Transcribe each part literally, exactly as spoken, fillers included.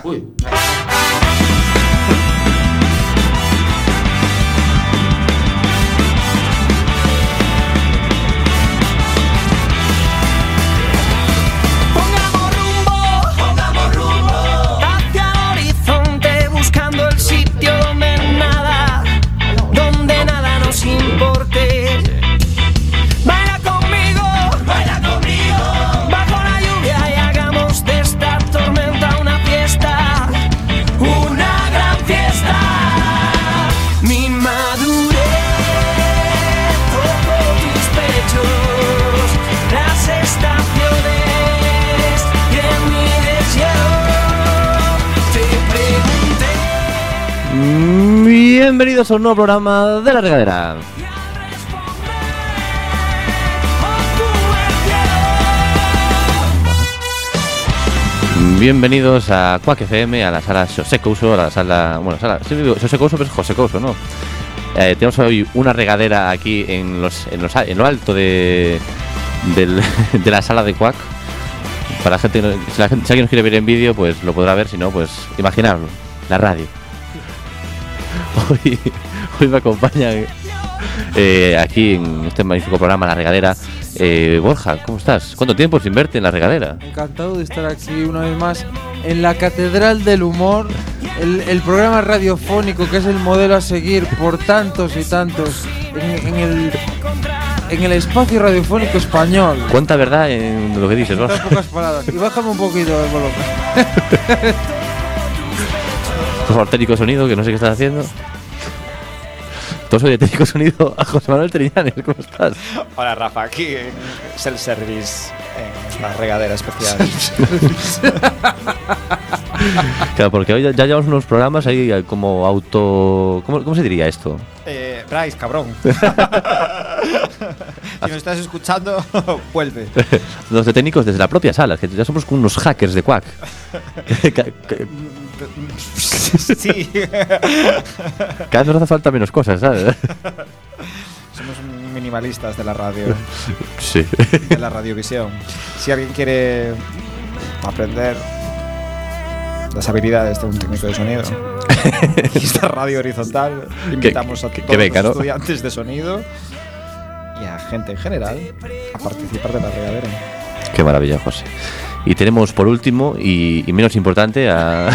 Uy. Bienvenidos a un nuevo programa de La Regadera. Bienvenidos a Quack F M, a la sala Xosé Couso, a la sala... Bueno, sala... Sí, digo Xosé Couso, pero es José Couso, ¿no? Eh, tenemos hoy una regadera aquí en los en, los, en lo alto de, del, de la sala de Quack. Para la gente, si, la gente, si alguien nos quiere ver en vídeo, pues lo podrá ver, si no, pues imaginarlo, la radio. Hoy, hoy me acompaña eh, aquí en este magnífico programa La Regadera eh, Borja, ¿cómo estás? ¿Cuánto tiempo sin verte en La Regadera? Encantado de estar aquí una vez más en la Catedral del Humor, el, el programa radiofónico que es el modelo a seguir por tantos y tantos en, en, el, en el espacio radiofónico español. ¿Cuánta verdad en lo que dices, Borja? Pocas palabras. Y bájame un poquito el volumen. Por favor, técnico de sonido, que no sé qué estás haciendo. Todo soy de técnico de sonido a José Manuel Triñanes, ¿cómo estás? Hola Rafa, aquí en Self-Service, en la regadera especial. Claro, porque hoy ya, ya llevamos unos programas ahí como auto... ¿Cómo, cómo se diría esto? Eh, Bryce, cabrón. Si nos estás escuchando, vuelve. Los de técnicos desde la propia sala, que ya somos unos hackers de Quack. Sí. Cada vez nos hace falta menos cosas, ¿sabes? Somos minimalistas de la radio. Sí. De la radiovisión. Si alguien quiere aprender las habilidades de un técnico de sonido, esta radio horizontal, invitamos a que, todos que venga, los ¿no? estudiantes de sonido y a gente en general a participar de la regadera. Qué maravilla, José. Y tenemos por último y, y menos importante a...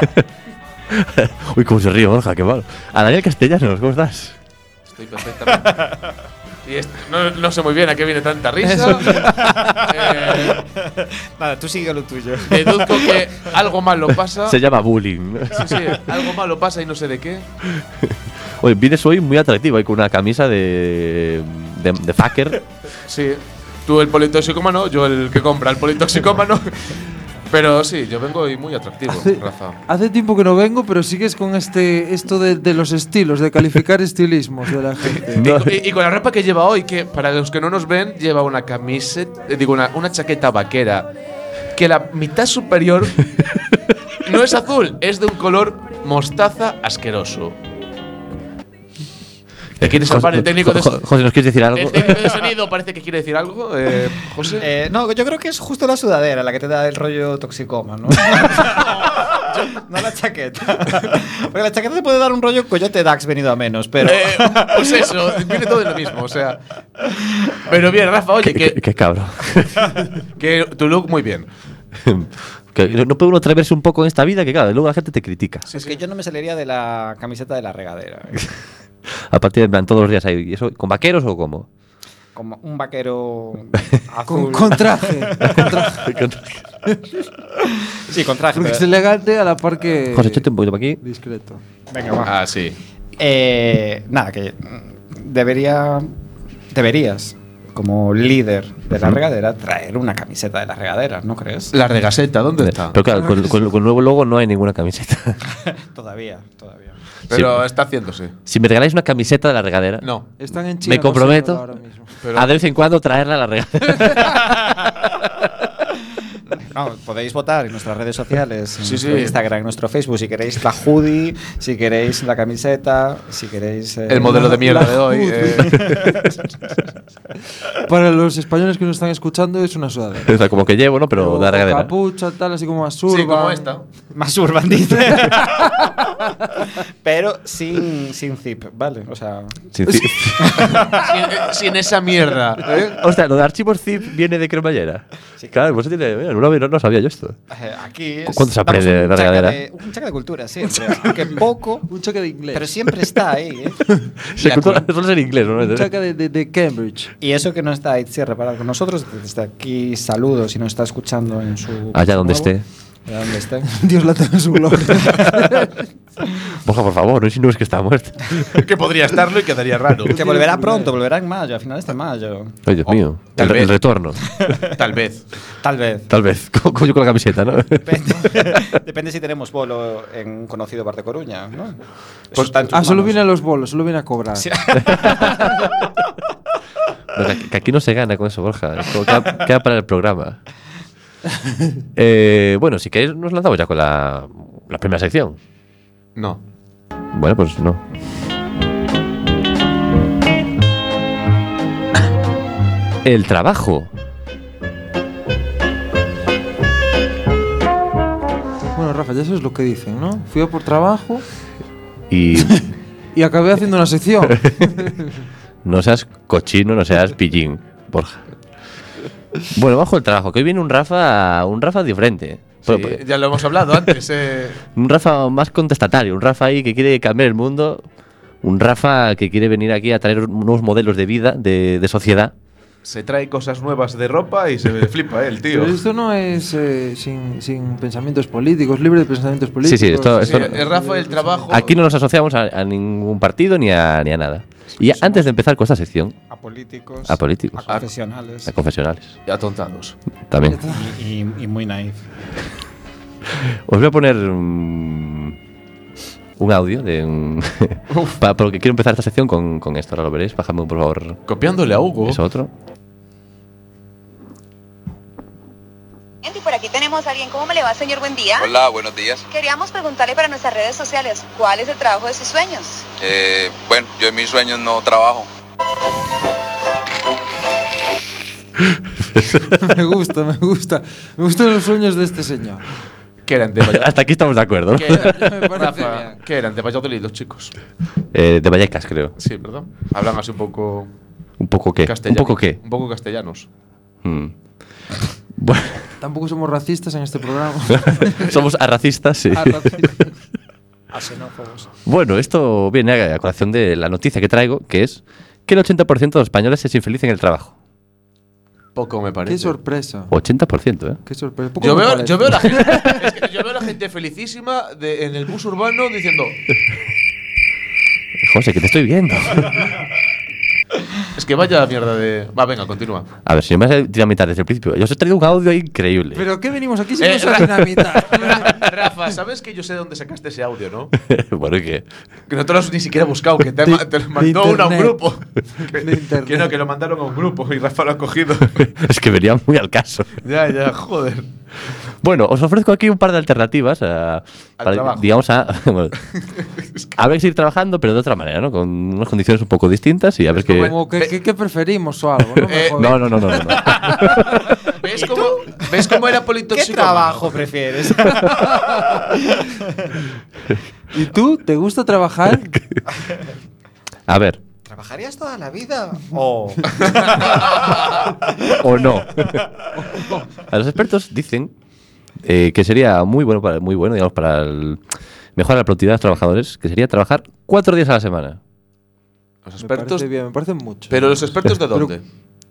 Uy, cómo se ríe Borja, qué malo. A Daniel Castellanos, ¿cómo estás? Estoy perfectamente. Y esto, no, no sé muy bien a qué viene tanta risa. eh, Nada, tú sigue lo tuyo. Deduzco que algo malo pasa. Se llama bullying. Sí, sí, algo malo pasa y no sé de qué. Oye, vienes hoy muy atractivo, ahí con una camisa de... de, de fucker. Sí, tú el politoxicómano, yo el que compra el politoxicómano. Pero sí, yo vengo hoy muy atractivo, Hace, Rafa. hace tiempo que no vengo, pero sigues con este esto de, de los estilos, de calificar estilismos de la gente. No. Y, y, y con la ropa que lleva hoy, que para los que no nos ven, lleva una camiseta, eh, digo, una, una chaqueta vaquera, que la mitad superior no es azul, es de un color mostaza asqueroso. ¿Te quieres salvar el técnico de sonido? José, ¿nos quieres decir algo? El técnico de sonido parece que quiere decir algo, eh, José. Eh, no, yo creo que es justo la sudadera la que te da el rollo toxicómano, ¿no? No la chaqueta. Porque la chaqueta te puede dar un rollo Coyote Dax venido a menos, pero… Eh, pues eso, viene todo de lo mismo, o sea… Pero bien, Rafa, oye, ¿Qué, que… qué, qué cabrón. Que tu look muy bien. Que no puede uno atreverse un poco en esta vida, que claro, luego la gente te critica. Es que yo no me saliría de la camiseta de la regadera. A partir de plan, todos los días ahí. ¿Y eso con vaqueros o cómo? Como un vaquero Con, azul. con traje. Con traje. Sí, con traje. Porque pero… es elegante a la par que… José, échate un poquito para aquí. Discreto. Venga, va. Ah, sí. Eh, nada, que debería… Deberías, como líder de la regadera, traer una camiseta de la regadera, ¿no crees? La regaseta, ¿dónde está? Pero claro, con, con, con el nuevo logo no hay ninguna camiseta. Todavía, todavía. Pero Sí. está haciéndose. Si me regaláis una camiseta de la regadera, No. Están en China. me comprometo ahora mismo. Pero a de vez en cuando traerla a la regadera. No, podéis votar en nuestras redes sociales, en Sí, nuestro sí. Instagram, en nuestro Facebook, si queréis la hoodie, si queréis la camiseta, si queréis... eh, El modelo de mierda la de hoy. eh. Para los españoles que nos están escuchando es una sudadera. O sea, como que llevo, ¿no? Pero Con da regadera. capucha, tal, así como más urban. Sí, como esta. Más urban, dice. Pero sin, sin zip, ¿vale? O sea... Sin zip. sin, eh, sin esa mierda. ¿eh? Hostia, lo de archivos zip viene de cremallera. Sí. Claro, pues tiene. mira, No, no, no sabía yo esto. eh, aquí es, ¿Cuánto se damos aprende de un la chaca regadera? de- Un chaca de cultura, siempre. Aunque poco, Un choque de inglés. pero siempre está ahí, ¿eh? Se la cultura- cul- suele ser inglés, ¿no? Un choque de, de, de Cambridge. Y eso que no está Itziar reparado con nosotros, desde aquí saludos si nos está escuchando en su... Allá donde nuevo, esté. Allá donde esté. Dios la tenga en su gloria. Borja, por favor, no insinúes que está muerta. Que podría estarlo y quedaría raro. Que volverá pronto, volverá en mayo, a finales de mayo. Ay, Dios Oh, mío. tal El, vez. el retorno. Tal vez. Tal vez. Tal vez. Como, como yo con la camiseta, ¿no? Depende, depende si tenemos bolo en un conocido bar de Coruña, ¿no? Eso está en tus Ah, solo manos. viene a los bolos, solo viene a cobrar. Sí. No, que, que aquí no se gana con eso, Borja. Esto queda, queda para el programa. Eh, bueno, si queréis, nos lanzamos ya con la, la primera sección. No. Bueno, pues no. El trabajo. Bueno, Rafa, ya sabes lo que dicen, ¿no? Fui a por trabajo Y y acabé haciendo una sección. no seas cochino, no seas pillín, Borja. Bueno, bajo el trabajo, que hoy viene un Rafa, un Rafa diferente. Sí, Bueno, pues, ya lo hemos hablado antes. Eh. un Rafa más contestatario, un Rafa ahí que quiere cambiar el mundo, un Rafa que quiere venir aquí a traer nuevos modelos de vida, de, de sociedad. Se trae cosas nuevas de ropa y se flipa eh, el tío. Pero esto no es eh, sin, sin pensamientos políticos, libre de pensamientos políticos. sí, esto- Sí, esto- el Rafa del trabajo. Aquí no nos asociamos a, a ningún partido ni a, ni a nada. Y antes de empezar con esta sección, A políticos. A políticos. A confesionales. a confesionales, Atontados. también. Y, y- y muy naif. Os voy a poner mm, un audio de un pa- porque quiero empezar esta sección con, con esto, ahora lo veréis. Bájame por favor Copiándole a Hugo. eso otro. Y por aquí tenemos a alguien. ¿Cómo me le va, señor? Buen día. Hola, buenos días. Queríamos preguntarle para nuestras redes sociales, ¿cuál es el trabajo de sus sueños? Eh, bueno, yo en mis sueños no trabajo. Me gusta, me gusta. Me gustan los sueños de este señor. ¿Qué eran de Valladolid? Hasta aquí estamos de acuerdo, ¿no? ¿Qué eran? Me parece Rafa, bien. ¿qué eran de Valladolid los chicos? Eh, de Vallecas, creo. Sí, ¿verdad? Hablan así un poco Un poco qué. Un castellanos. poco qué. Un poco castellanos. Mm. Bueno, Tampoco somos racistas en este programa. somos arracistas, sí. Ah, racistas. A xenófobos. Bueno, esto viene a colación de la noticia que traigo, que es que el ochenta por ciento de los españoles es infeliz en el trabajo. Poco me parece. Qué sorpresa. ochenta por ciento, ¿eh? Qué sorpresa. Poco Yo me veo, parece. yo, veo la gente, es que yo veo la gente felicísima de- en el bus urbano diciendo: José, que te estoy viendo. es que vaya mierda de. Va, venga, continúa. A ver, si me vas a dinamitar desde el principio. Yo os he traído un audio increíble. ¿Pero qué venimos aquí si Eh, no se dinamita? Rafa, ¿sabes que yo sé de dónde sacaste ese audio, no? Bueno, ¿y qué? Que no te lo has ni siquiera buscado, que te, De- ma- te lo mandó de uno a un internet. grupo. Que, De internet. que no, que lo mandaron a un grupo y Rafa lo ha cogido. Es que venía muy al caso. ya, ya, joder. Bueno, os ofrezco aquí un par de alternativas a, para, trabajo. digamos, a, bueno, a ver si ir trabajando, pero de otra manera, ¿no? Con unas condiciones un poco distintas y a ver qué. Como que, que- que preferimos o algo, ¿no? Me Eh, jodas. No, no, no, no, no. no. ¿Ves cómo, ¿Ves cómo era ¿Qué politoxicómano? trabajo prefieres? ¿Y tú? ¿Te gusta trabajar? A ver, ¿Trabajarías toda la vida? O. o no. A los expertos dicen eh, que sería muy bueno, para, muy bueno, digamos, para el, mejorar la productividad de los trabajadores, que sería trabajar cuatro días a la semana. Los Me expertos. parece bien, me parece mucho. Pero los expertos de dónde?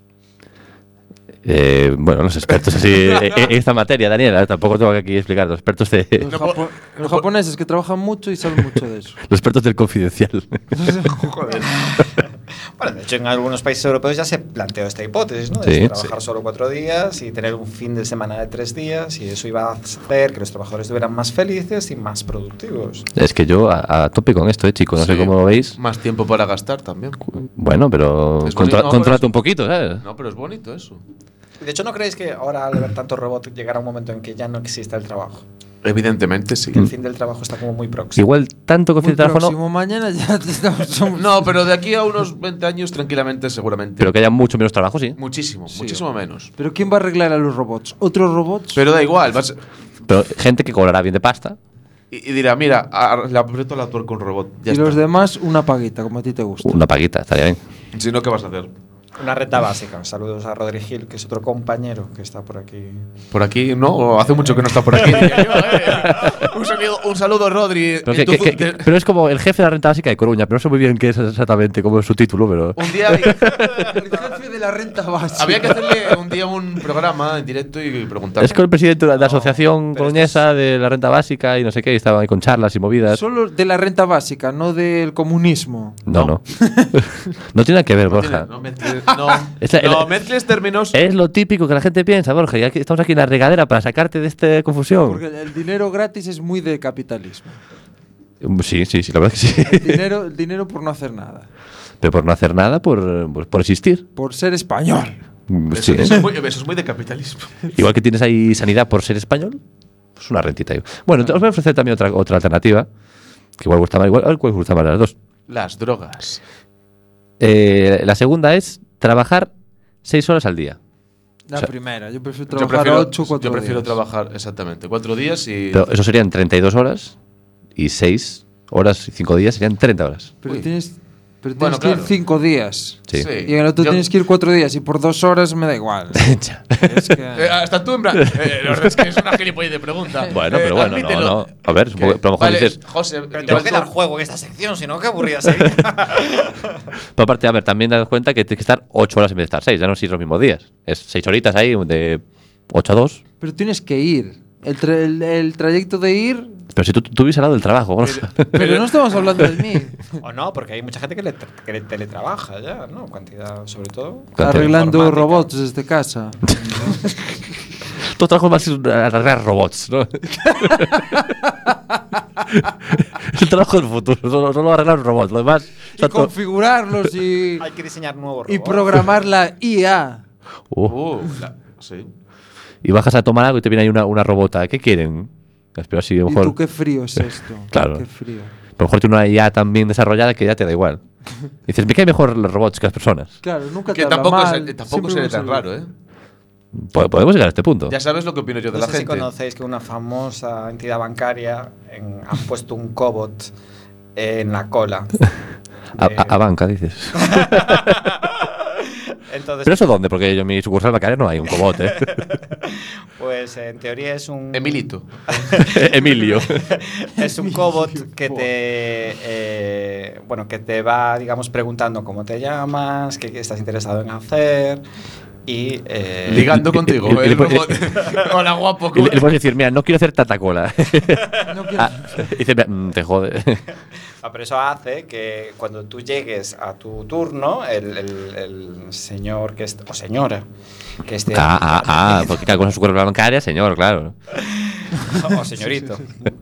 Eh, bueno, los expertos así en, en esta materia, Daniela, tampoco tengo que aquí explicar. Los expertos de Los, No, japo- los japoneses que trabajan mucho y saben mucho de eso. los expertos del confidencial. Joder. Bueno, de hecho, en algunos países europeos ya se planteó esta hipótesis, ¿no? De Sí. trabajar solo cuatro días y tener un fin de semana de tres días, y eso iba a hacer que los trabajadores estuvieran más felices y más productivos. Es que yo a, a tope con esto, eh, chicos. No sé Sí. cómo lo veis. Más tiempo para gastar también. Bueno, pero Es contra- bonito, no, contrólate pero- un poquito, ¿sabes? No, pero es bonito eso. De hecho, ¿no creéis que ahora al ver tanto robot llegará un momento en que ya no exista el trabajo? Evidentemente, sí. Que el fin del trabajo está como muy próximo. Igual tanto que Muy el trabajo no, próximo, mañana ya estamos. somos- No, pero de aquí a unos veinte años, tranquilamente, seguramente. pero que haya mucho menos trabajo, sí. Muchísimo, muchísimo menos. Pero ¿quién va a arreglar a los robots? ¿Otros robots? Pero da igual, vas- Pero gente que cobrará bien de pasta. y, y dirá, mira, a- le aprieto la tuerca a un robot. Ya y está. los demás, una paguita, como a ti te gusta. Una paguita, estaría bien. Si no, ¿qué vas a hacer? Una renta básica. Saludos a Rodri Gil, que es otro compañero que está por aquí. Por aquí, no, hace mucho que no está por aquí. diría yo, eh. un, saludo, un saludo, Rodri. Pero, En que- tu que- fu- que- te- pero es como el jefe de la renta básica de Coruña, pero no sé muy bien qué es exactamente, como es su título, pero. un día El jefe de la renta básica. había que hacerle un día un programa en directo y preguntarle. Es con el presidente de la asociación pero coruñesa de la renta básica y no sé qué, y estaban ahí con charlas y movidas. Solo de la renta básica, no del comunismo. No, no. No. No tiene nada que ver, No, Borja. tiene- no mezcles, no, Es la- no el- mezcles términos. Es lo típico que la gente piensa, Borja. Y aquí, estamos aquí en la regadera para sacarte de esta confusión. Porque el dinero gratis es muy de capitalismo. Sí, sí, sí, la verdad es que sí. El dinero, el dinero por no hacer nada. Pero por no hacer nada, por, pues, por existir. Por ser español. Eso, Sí. eso es muy, eso es muy de capitalismo. Igual que tienes ahí sanidad por ser español, pues una rentita. ahí. Bueno, te os voy a ofrecer también otra, otra alternativa, que igual gusta más, igual, igual os gusta más de las dos. Las drogas. Eh, la segunda es trabajar seis horas al día. La O sea, primera. Yo prefiero Yo trabajar prefiero, ocho, cuatro yo prefiero días. trabajar exactamente cuatro días y. Pero eso serían treinta y dos horas y seis horas y cinco días serían treinta horas. Pero Uy. tienes, pero tienes Bueno, que ir claro. cinco días. Sí. Y en el otro Yo- tienes que ir cuatro días. Y por dos horas me da igual. Ya. Es que- Eh, hasta tú, en plan. Eh, la verdad es que es una gilipollez de pregunta. Bueno, Eh, pero bueno, no, admítelo. no. A ver, ¿Qué? pero a lo mejor Vale, dices. José, Pero igual tengo que dar son- juego en esta sección, si no, qué aburrida sería. Pero aparte, a ver, también das cuenta que tienes que estar ocho horas en vez de estar seis. Ya no son los mismos días. Es seis horitas ahí, de ocho a dos. Pero tienes que ir. El, tra- el, el trayecto de ir. Pero si tú, tú vives al lado del trabajo, Borja. Pero no estamos hablando de mí. O no, porque hay mucha gente que, le tra- que le teletrabaja ya, ¿no? Cantidad, sobre todo. Claro. Arreglando Informática. robots desde casa. Tu trabajo más es arreglar robots, ¿no? Es el trabajo del futuro, solo, solo arreglar robots. Lo demás. Y está todo- configurarlos y, Hay que diseñar nuevos y robots. programar la I A. Uh, Uh, la- sí. y bajas a tomar algo y te viene ahí una, una robota. ¿Qué quieren? Espero así, a lo ¿Y mejor. tú qué frío es esto? Claro. Qué frío. A lo mejor tiene una I A tan bien desarrollada que ya te da igual. Y dices, me caen mejor los robots que las personas. Claro, nunca te Que habla tampoco, mal, es, tampoco siempre sería un tan saludo. raro, ¿eh? Po- Podemos llegar a este punto. Ya sabes lo que opino yo de No la sé si gente. conocéis que una famosa entidad bancaria en- han puesto un cobot en la cola. A, de- a- a banca, dices. Entonces, ¿Pero eso dónde? Porque yo en mi sucursal bancaria no hay un cobot, ¿eh? pues en teoría es un Emilito. Emilio. es un cobot que te eh, bueno que te va digamos preguntando cómo te llamas, qué, qué estás interesado en hacer y eh, Ligando contigo. y- y- el y- robot. Hola, guapo. Y le, le puedes decir, mira, no quiero hacer tanta cola. No quiero- Ah, y dice, "Mira, mm, te jode. ah, pero eso hace que cuando tú llegues a tu turno el, el- el señor que est- o señora que esté Ah, ah, ah, porque cada cosa en su cuerpo bancaria, señor, claro. o señorito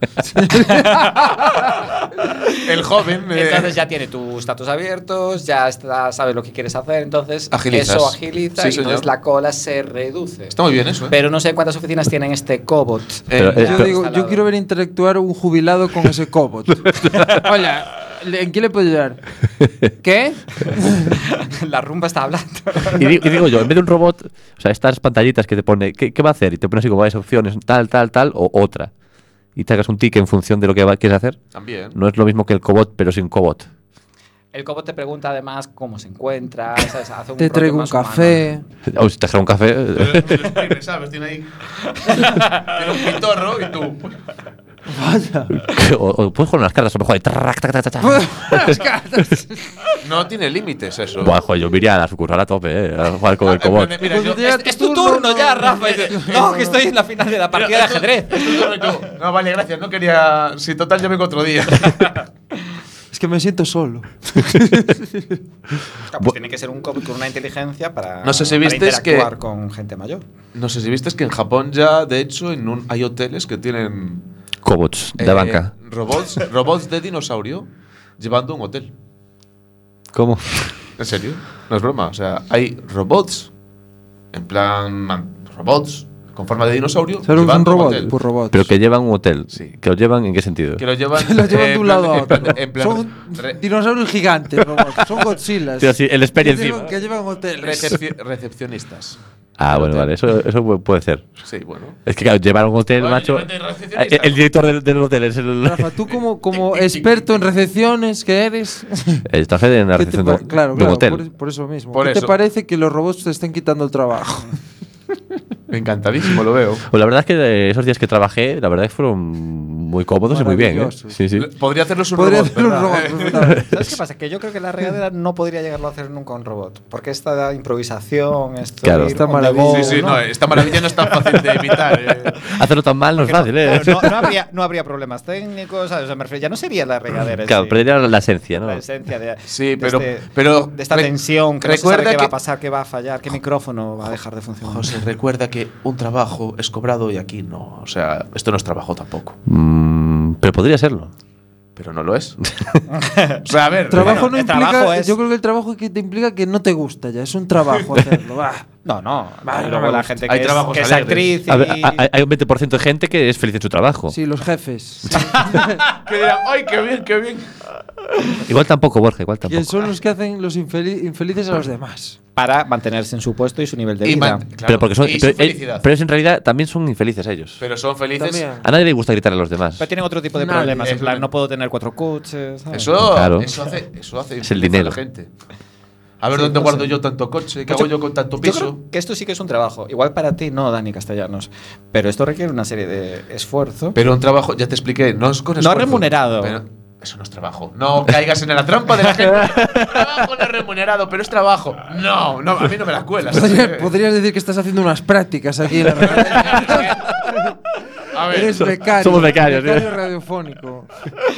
El joven. eh, entonces ya tiene tus datos abiertos, ya está, sabe lo que quieres hacer, entonces Agilizas. eso agiliza Sí, y entonces señor. la cola se reduce. Está muy bien eso, ¿eh? Pero no sé cuántas oficinas tienen este cobot. Pero, Eh, eh, Yo pero- digo, yo quiero ver interactuar un jubilado con ese cobot. Hola, ¿en qué le puedo ayudar? ¿Qué? La rumba está hablando. Y, di- y digo yo, en vez de un robot, o sea, estas pantallitas que te pone, ¿qué, qué va a hacer? Y te pone así como varias opciones, tal, tal, tal, o otra. Y te hagas un ticket en función de lo que va- quieres hacer. También. No es lo mismo que el cobot, pero sin cobot. El cobot te pregunta además cómo se encuentra, ¿sabes? Hace un Te rollo traigo un más humano. café. O si te traes un café. Pero, ¿sabes? Tiene ahí. Tiene un pitorro y tú. Vaya. o, o puedes jugar unas cartas, a lo mejor. ahí, trac, tac, tac, tac, tac. Las cartas. No tiene límites eso. Buah, joder, yo me iría a la sucursal a tope, eh, a jugar con el En cobot. plan de, Mira, yo, Cuando llega es, Es tu turno ya, Rafa. Y dice, no, que estoy en la final de la partida de ajedrez. es tu turno y tú. No, vale, gracias. No quería. Si total, yo vengo otro día. Es que me siento solo. Claro, pues tiene que ser un cobot con una inteligencia para, No sé si para visteis que- interactuar con gente mayor. No sé si viste que en Japón ya, de hecho, en un, hay hoteles que tienen. Cobots de eh, banca. Robots, robots de dinosaurio llevando un hotel. ¿Cómo? ¿En serio? No es broma. O sea, hay robots En plan, man, robots con forma de dinosaurio. ¿Ser un llevando robot? hotel. Pues robots. Pero que llevan un hotel. Sí. ¿Que lo llevan en qué sentido? Que lo llevan, Los llevan eh, de un en lado plan- a otro. en plan- en plan- Son re- dinosaurios gigantes, robots. Son Godzillas. Sí, sí, el Xperia que llevan, encima. que llevan hoteles. recepci- recepcionistas. Ah, bueno, hotel. vale, eso, eso pu- puede ser. Sí, bueno. Es que claro, llevar un hotel, Bueno, macho. llévate El, recepcionista. el director del, del hotel es el. Rafa, tú como, como experto en recepciones que eres, El traje en la ¿qué te recepción pa- de, claro, de un claro, hotel. por, por eso mismo. Por ¿Qué eso. te parece que los robots te estén quitando el trabajo? Encantadísimo, lo veo. Pues la verdad es que de esos días que trabajé, la verdad es que fueron muy cómodos y muy bien. ¿eh? Maravillosos. Sí, sí. Podría hacerlos un Podría robot, hacer un ¿verdad? robot, perfectamente. ¿Sabes qué pasa? Que yo creo que la regadera no podría llegarlo a hacer nunca un robot. Porque esta improvisación, esto Claro. ir Esta on the maravilla. go, Sí, sí, no, esta maravilla no es tan fácil de imitar. eh. Hacerlo tan mal no es fácil, ¿eh? no, no habría, no habría problemas técnicos, ¿sabes? O sea, me refiero, ya no sería la regadera. en Claro, sí. perdería la esencia, ¿no? La esencia de, Sí, de pero- este- pero de esta re- tensión que no se sabe recuerda qué va que- a pasar, qué va a fallar, qué micrófono va a dejar de funcionar. José, recuerda que un trabajo es cobrado y aquí no. O sea, esto no es trabajo tampoco. Mm, pero podría serlo. Pero no lo es. O sea, a ver. Trabajo Bueno, no el implica. trabajo es- Yo creo que el trabajo que te implica que no te gusta ya. Es un trabajo hacerlo. Va. No, no. Vale, y no luego me la gusta. gente Hay que, es, trabajos que es alegres. actriz y… A ver, hay, hay un veinte por ciento de gente que es feliz en su trabajo. Sí, los jefes. Que dirán, ¡ay, qué bien, qué bien! Igual tampoco, Borja, igual Que tampoco. son los que hacen los infeli- infelices a los demás. para mantenerse en su puesto y su nivel de Y vida. man- claro, pero porque son, y su pero, eh, felicidad. pero es en realidad también son infelices ellos. Pero son felices. También. A nadie le gusta gritar a los demás. Pero tienen otro tipo de Nadie. problemas. En Eso plan, me- no puedo tener cuatro coches. ¿sabes? Eso, Claro. eso hace, eso hace Es el infeliz dinero. a la gente. A ver Sí, dónde no guardo sé. yo tanto coche, qué Mucho- hago yo con tanto Yo piso. creo que esto sí que es un trabajo. Igual para ti no, Dani Castellanos. Pero esto requiere una serie de esfuerzo. Pero un trabajo, ya te expliqué, no es con No esfuerzo. remunerado. Pero eso no es trabajo. No caigas en la trampa de la gente. Trabajo no es remunerado, pero es trabajo. No, no, a mí no me la cuelas. Podría- Podrías decir que estás haciendo unas prácticas aquí en la radio. A ver, Eres becario. somos becarios, becario ¿eh? radiofónico.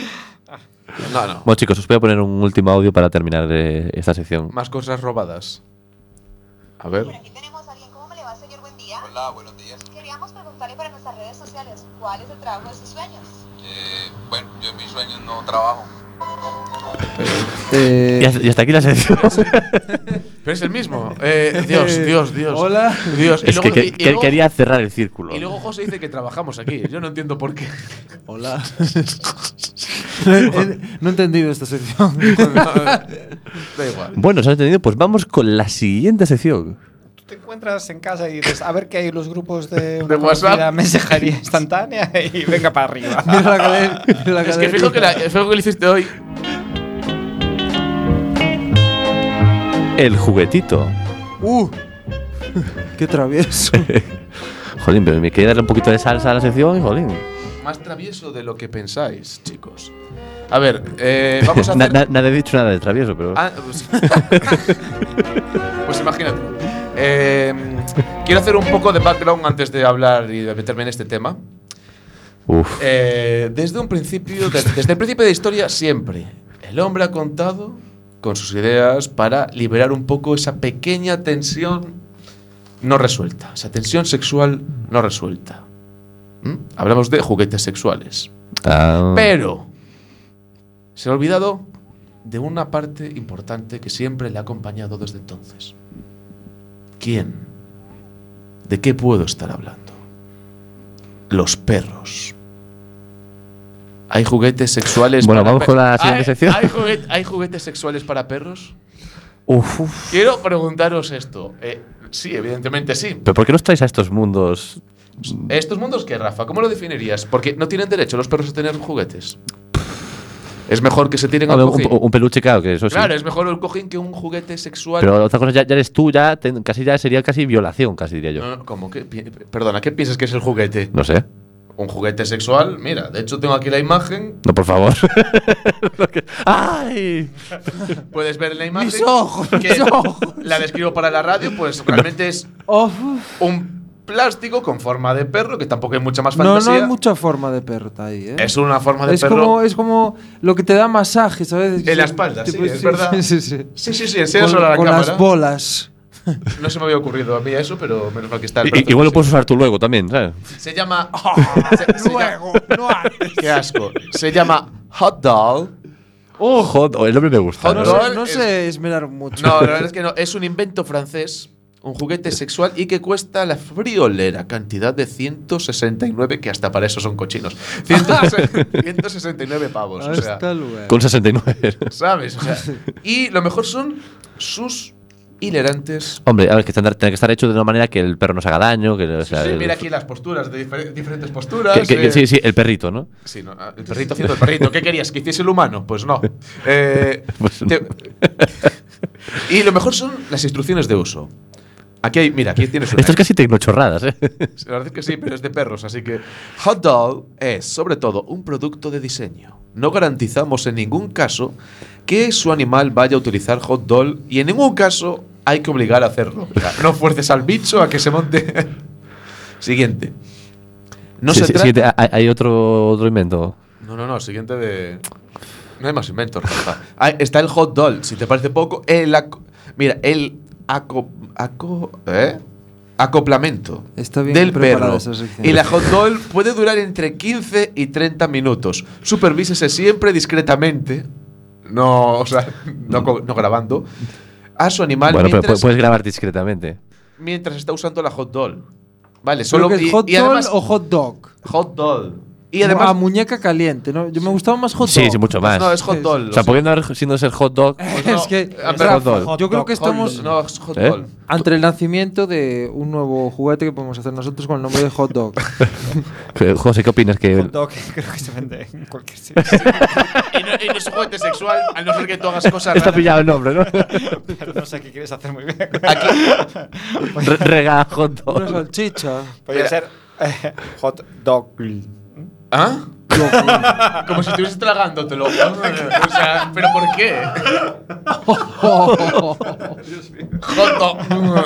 no, no. Bueno, chicos, os voy a poner un último audio para terminar de esta sección. Más cosas robadas. A ver. Por aquí tenemos a alguien. ¿Cómo me le va, señor? Buen día. Hola, buenos días. Queríamos preguntarle para nuestras redes sociales, ¿cuál es el trabajo de sus sueños? Eh, bueno, yo en mis sueños no trabajo. Eh, Y hasta, y hasta aquí la sección. Pero es el mismo. Eh, Dios, Dios, Dios. Hola. Dios. Y Es que, luego- que- y- y que luego- quería cerrar el círculo. Y luego José dice que trabajamos aquí. Yo no entiendo por qué. Hola. no, he, no he entendido esta sección. Da igual. Bueno, ¿os has entendido? Pues vamos con la siguiente sección. Tú te encuentras en casa y dices, a ver qué hay en los grupos de De una WhatsApp. conocida mensajería instantánea y venga para arriba. Mira la cadena. mira la Es que cadena. fijo que, la, fijo que lo hiciste hoy. El juguetito. Uh, qué travieso. Jolín, pero me quería darle un poquito de salsa a la sección y jolín. Más travieso de lo que pensáis, chicos. A ver, eh, vamos a Na- hacer. na- Nadie ha dicho nada de travieso, pero. Ah, pues, pues imagínate. Eh, quiero hacer un poco de background antes de hablar y de meterme en este tema. Uf. Eh, desde un principio, desde, desde el principio de la historia, siempre el hombre ha contado con sus ideas para liberar un poco esa pequeña tensión no resuelta, esa tensión sexual no resuelta. ¿Mm? Hablamos de juguetes sexuales. Ah. Pero se ha olvidado de una parte importante que siempre le ha acompañado desde entonces. ¿Quién? ¿De qué puedo estar hablando? Los perros. ¿Hay juguetes sexuales Bueno, para vamos pe- con la siguiente ¿Hay, sección. ¿hay, juguet- ¿Hay juguetes sexuales para perros? Uf, uf. Quiero preguntaros esto. Eh, sí, evidentemente sí. ¿Pero por qué nos traes a estos mundos? ¿Estos mundos qué, Rafa? ¿Cómo lo definirías? Porque no tienen derecho los perros a tener juguetes. Es mejor que se tiren A al ver, un, cojín. un peluche, claro, que eso sí. Claro, es mejor el cojín que un juguete sexual. Pero otra cosa, ya, ya eres tú, ya ten- casi ya sería casi violación, casi diría yo. No, no, ¿cómo? ¿Qué pi- Perdona, ¿qué piensas que es el juguete? No sé. Un juguete sexual. Mira, de hecho tengo aquí la imagen. No, por favor. Lo que- ¡Ay! Puedes ver en la imagen. Mis ojos, que mis ojos. La describo para la radio, pues realmente es Oh, un plástico con forma de perro, que tampoco hay mucha más no, no fantasía. hay mucha forma de perro ahí, ¿eh? Es una forma de es perro. como es como lo que te da masaje, ¿sabes? En la espalda, sí, es verdad. Sí, sí, sí. Sí, sí, sí, enséñaselo a la con cámara. las bolas. No se me había ocurrido a mí eso, pero menos mal que está el I- brazo igual lo ese. puedes usar tú luego también, ¿sabes? Se llama. se- se Luego, no antes. llama- Qué asco. Se llama Hot Doll. ¡Oh, hot! El nombre me gusta. Hot No, ¿no? dog. se, no es- se esmeraron mucho. No, la verdad es que no. Es un invento francés. un juguete sexual y que cuesta la friolera cantidad de ciento sesenta y nueve, que hasta para eso son cochinos. ciento sesenta y nueve pavos. O sea, Hasta luego. Con sesenta y nueve. ¿sabes? O sea, y lo mejor son sus hilerantes. Hombre, a ver, que tendrá, tiene que estar hecho de una manera que el perro no se haga daño. Que, o sea, Sí, el- mira aquí las posturas, de difer- diferentes posturas. que- que- que- eh. sí, sí, el perrito, ¿no? Sí, no, el perrito haciendo el perrito. ¿Qué querías? ¿Que hiciese el humano? Pues no. Eh, Pues no. te- y lo mejor son las instrucciones de uso. Aquí hay, mira, aquí tienes una. Esto es casi tecnochorradas, ¿eh? La verdad es que sí, pero es de perros, así que Hot Doll es, sobre todo, un producto de diseño. No garantizamos en ningún caso que su animal vaya a utilizar Hot Doll y en ningún caso hay que obligar a hacerlo. O sea, no fuerces al bicho a que se monte. Siguiente. No Sí, se sí, trata. sí, hay, hay otro, otro invento. No, no, no, siguiente de. No hay más inventos, Rafa. Ah, está el Hot Doll, si te parece poco. El aco- Mira, el aco... aco- ¿eh? acoplamento Está bien del preparada perro esa sección. y la Hot Doll puede durar entre quince y treinta minutos. Supervísese siempre discretamente, no, o sea, no, co- no grabando, a su animal Bueno, pero mientras, pu- puedes grabar discretamente. mientras está usando la Hot Doll. Vale, ¿Solo solo que es y- hot y doll además o hot dog? Hot Doll. Y A además muñeca caliente, ¿no? Yo me gustaba más hot Sí, dog. sí, mucho pues más. no, es Hot Doll. O sea, lo pudiendo haber siendo ser hot dog. Pues no, es que ah, Rafa, pero Hot dog. yo creo que Hot- estamos no, es Hot ¿Eh? Doll. ante el nacimiento de un nuevo juguete que podemos hacer nosotros con el nombre de hot dog. Que- José, ¿qué opinas? Que Hot dog creo que se vende en cualquier sitio. Y no, y no es un juguete sexual, a no ser que tú hagas cosas está raras. pillado el nombre, ¿no? Pero no sé qué quieres hacer muy bien. Aquí, Re- Rega hot Una dog. salchicha. Podría ser eh, hot dog. ¿ah? Como si estuvieses tragándotelo. O sea, ¿pero por qué? Hot dog.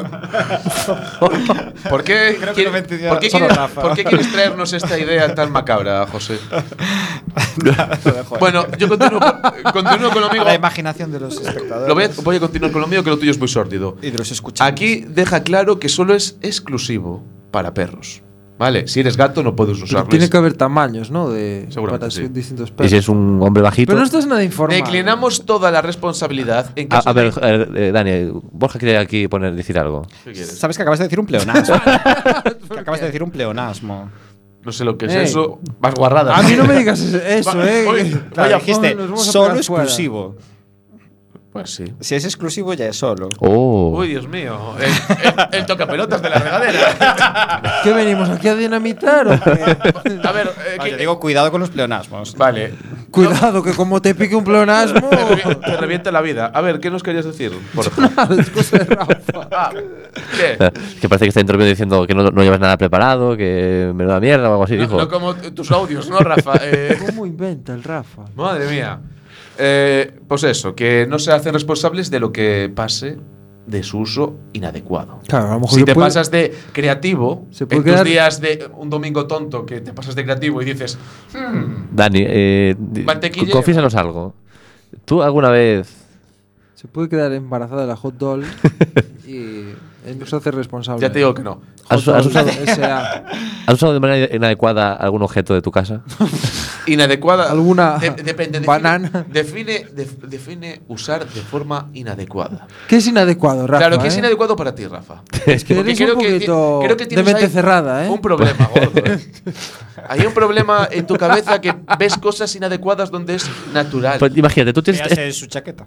¿Por qué, Creo que quiere- lo me entendió ¿por qué solo quieres, Rafa. ¿por qué quieres traernos esta idea tan macabra, José? Lo dejo ahí. Bueno, yo continúo, continúo con lo mío. A la imaginación de los espectadores. Lo voy, a, voy a continuar con lo mío, que lo tuyo es muy sórdido. Y de los escuchantes. Aquí deja claro que solo es exclusivo para perros. ¿Vale? Si eres gato no puedes Pero usarlo. tiene que haber tamaños, ¿no? De Seguramente para sí. distintos Y perros. si es un hombre bajito. Pero no estás nada informado. Declinamos toda la responsabilidad en A, caso a ver, de… eh, eh, Dani, Borja quiere aquí poner, decir algo. ¿Qué quieres? Sabes que acabas de decir un pleonasmo. Que acabas de decir un pleonasmo. No sé lo que es Ey. eso. Más guarradas. A mí no me digas eso, Va- ¿eh? Oye, Que- Claro, dijiste nos vamos a solo pegar fuera. exclusivo. Pues sí. Si es exclusivo, ya es solo. Oh. Uy, Dios mío. El, el, el tocapelotas de la regadera. ¿Qué venimos aquí a dinamitar o qué? A ver, eh, Oye, ¿qué- digo, cuidado con los pleonasmos. Vale. Cuidado, que como te pique un pleonasmo. Te, revi- te revienta la vida. A ver, ¿qué nos querías decir? Por favor. Las cosas de Rafa. Ah, ¿qué? Que parece que está interviniendo diciendo que no, no llevas nada preparado, que menuda mierda o algo así, No, dijo. no como t- tus audios, ¿no, Rafa? Eh, ¿Cómo inventa el Rafa? madre mía. Eh, pues eso, que no se hacen responsables de lo que pase de su uso inadecuado. Claro, a lo mejor Si se te puede- pasas de creativo, Se puede en tus quedar- días de un domingo tonto que te pasas de creativo y dices, "Hmm, Dani, eh, di- Mantequilla. confiésanos algo. ¿Tú alguna vez Se puede quedar embarazada la hot doll y él nos hace responsable. ya te digo que no. has, Hot has doll usado, S A. has usado de manera inadecuada algún objeto de tu casa? Inadecuada. Alguna de- depende. Define, banana. Define, def- define usar de forma inadecuada. ¿Qué es inadecuado, Rafa? claro, que es eh? inadecuado para ti, Rafa. Es que Porque eres un creo que ti- poquito creo que de tienes mente ahí cerrada, ¿eh? Un problema, gordo. ¿eh? Hay un problema en tu cabeza que ves cosas inadecuadas donde es natural. Pues imagínate, tú tienes. Véase su chaqueta.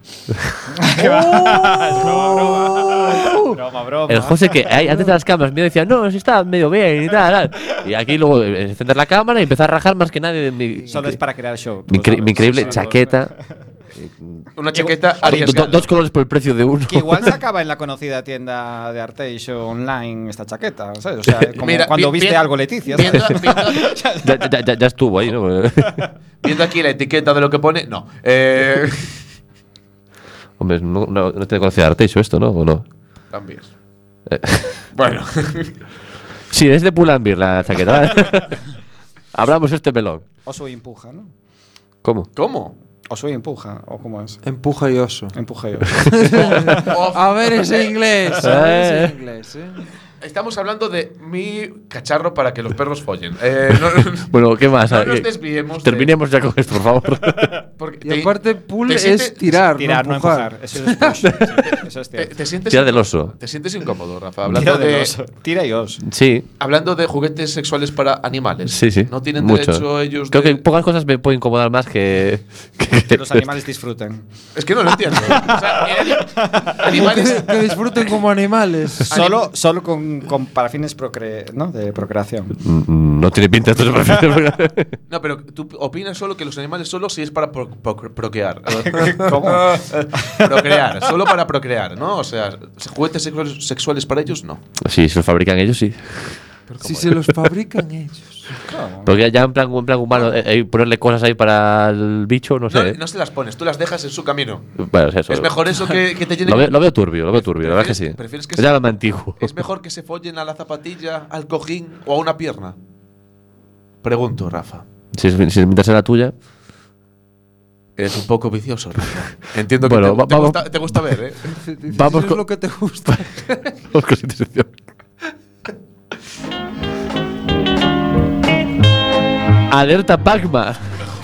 broma, broma. Broma, broma. El José que ahí, antes de las cámaras me decía, no, si está medio bien y tal, tal. Y aquí luego eh, encender la cámara y empezar a rajar más que nadie de mi, Solo es para crear show. mi, tú incre- sabes. mi increíble Sí, sí. chaqueta. Una chaqueta Do- do- arriesgada. dos colores por el precio de uno. Que igual se acaba en la conocida tienda de Arteixo online esta chaqueta, ¿sabes? O sea, como Mira, cuando vi- viste vi- algo Leticia, ¿sabes? Viendo, viendo- ya, ya- ya- ya estuvo ahí, ¿no? viendo aquí la etiqueta de lo que pone, no. Eh, Hombre, no, no, no te conocía Arteixo esto, ¿no? ¿O no? También. Eh. Bueno. Sí, es de Pull&Bear la chaqueta. Abramos este melón. Oso y empuja, ¿no? ¿Cómo? ¿Cómo? Oso y empuja, ¿o cómo es? Empuja y oso. Empuja y oso. A ver ese inglés. A ver ese inglés, ¿eh? estamos hablando de mi cacharro para que los perros follen. Eh, no, Bueno, ¿qué más? no nos ¿Qué- desviemos. de- Terminemos ya con esto, por favor. porque Y te- aparte, pull te es sientes- tirar, Tirar, no no empujar. empujar. Eso es push. Sí, eso es te, cierto. te sientes Tira del incó- oso. Te sientes incómodo, Rafa. Tira Hablando del de, oso. Tira y os. Sí, hablando de juguetes sexuales para animales. sí, sí. No tienen Mucho. derecho ellos Creo de- que pocas cosas me pueden incomodar más que. Que que los animales disfruten. Es que no lo entiendo. O sea, el- animales. Que disfruten como animales. Solo, solo con, con para fines procre, ¿no? de procreación. Mm, No tiene pinta esto. No, pero tú opinas solo que los animales solo si es para pro- pro- procrear. ¿Cómo? Procrear, solo para procrear, ¿no? O sea, juguetes sexuales, sexuales para ellos, no. Sí, se lo fabrican ellos, sí. Si se los fabrican ellos. Porque ya en plan, en plan humano, eh, eh, ponerle cosas ahí para el bicho, no No, sé. no se las pones, tú las dejas en su camino. Bueno, es eso. Es mejor eso que, que te llenen. Lo veo, lo veo turbio, lo veo turbio, la verdad que sí. ¿Prefieres que ya se- me antiguo. ¿Es mejor que se follen a la zapatilla, al cojín o a una pierna? Pregunto, Rafa. Si es, si es mientras sea la tuya. Eres un poco vicioso, Rafa. Entiendo que Bueno, te, va- te vamos- gusta, te gusta ver, ¿eh? Dices, Vamos es con- lo que te gusta. Vamos con siguiente sección. Alerta Pacma.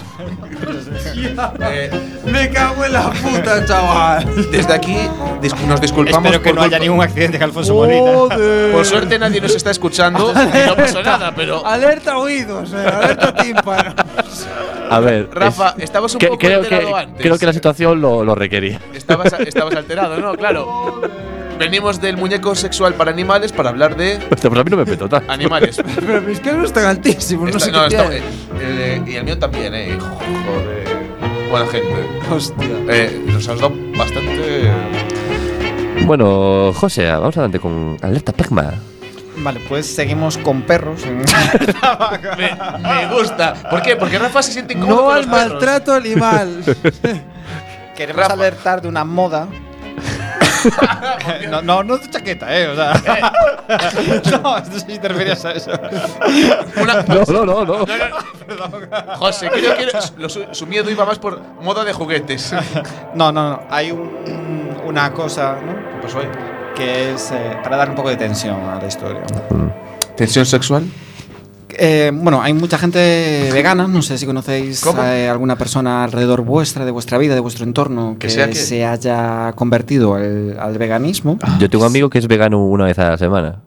Eh, Me cago en la puta, chaval. Desde aquí dis- nos disculpamos. Espero que por no haya culpa- ningún accidente con Alfonso Molina. Joder. Por suerte nadie nos está escuchando y no pasa nada, pero. Alerta oídos, eh, alerta tímpanos. A ver. Rafa, es- estabas un que- poco creo, que, alterado antes. creo que la situación lo, lo requería. Estabas, estabas alterado, ¿no? Claro. Venimos del muñeco sexual para animales para hablar de Hostia, pues a mí no me petó tanto. animales. Pero mis que no están altísimos, no Está- sé no, qué está- tiene. eh, y el mío también, eh. Joder. Buena gente. Hostia. Eh, nos has dado bastante. Bueno, José, vamos adelante con Alerta Pacma. Vale, pues seguimos con perros. Me, me gusta. ¿Por qué? Porque Rafa se siente incómodo No con al los perros. maltrato animal. Queremos Rafa. alertar de una moda. no, no, no de chaqueta, eh. O sea. no, no sé si te refieres a eso. Una- No, no, no, no. José, creo que lo su, su miedo iba más por moda de juguetes. No, no, no. Hay un, una cosa, ¿no? ¿Qué pasó ahí? Que es eh, para dar un poco de tensión a la historia. ¿Tensión sexual? Eh, bueno, hay mucha gente vegana, no sé si conocéis ¿Cómo? eh, alguna persona alrededor vuestra, de vuestra vida, de vuestro entorno, ¿Que que, sea qué? se haya convertido al, al veganismo. Yo tengo un amigo que es vegano una vez a la semana.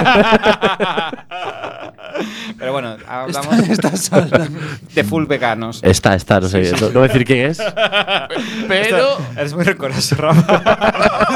Pero bueno, hablamos Está en esta sala. de full veganos. Está, está, no sé. No, no voy a decir quién es. Pero. Eres muy rencoroso, Rafa.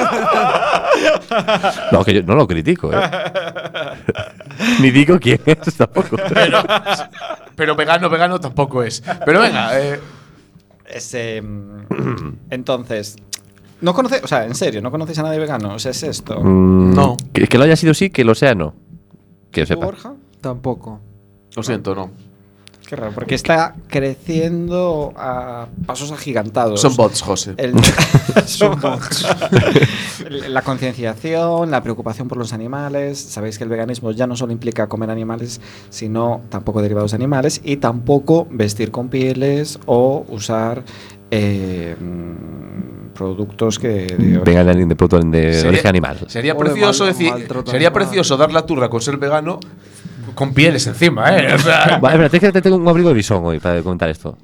No, que yo no lo critico, ¿eh? Ni digo quién es tampoco. Pero, pero vegano, vegano tampoco es. Pero venga, eh, Es, eh, entonces, ¿no conocéis, o sea, en serio, no conocéis a nadie vegano? O sea, es esto. Mm, No. Que, que lo haya sido sí, que lo sea no. Que yo ¿Tú, sepa. Borja? Tampoco. lo siento, no. Qué raro, porque está creciendo a pasos agigantados. Son bots, José. El- son bots. La concienciación, la preocupación por los animales. Sabéis que el veganismo ya no solo implica comer animales, sino tampoco derivados de animales y tampoco vestir con pieles o usar eh, mm, productos que de ori- Venga de, de producto de Sería- origen animal. Sería O de precioso mal- decir. maltrato Sería animal. precioso dar la turra con ser vegano con pieles encima, ¿eh? O sea, Vale, espera, te tengo un abrigo de bisón hoy para comentar esto.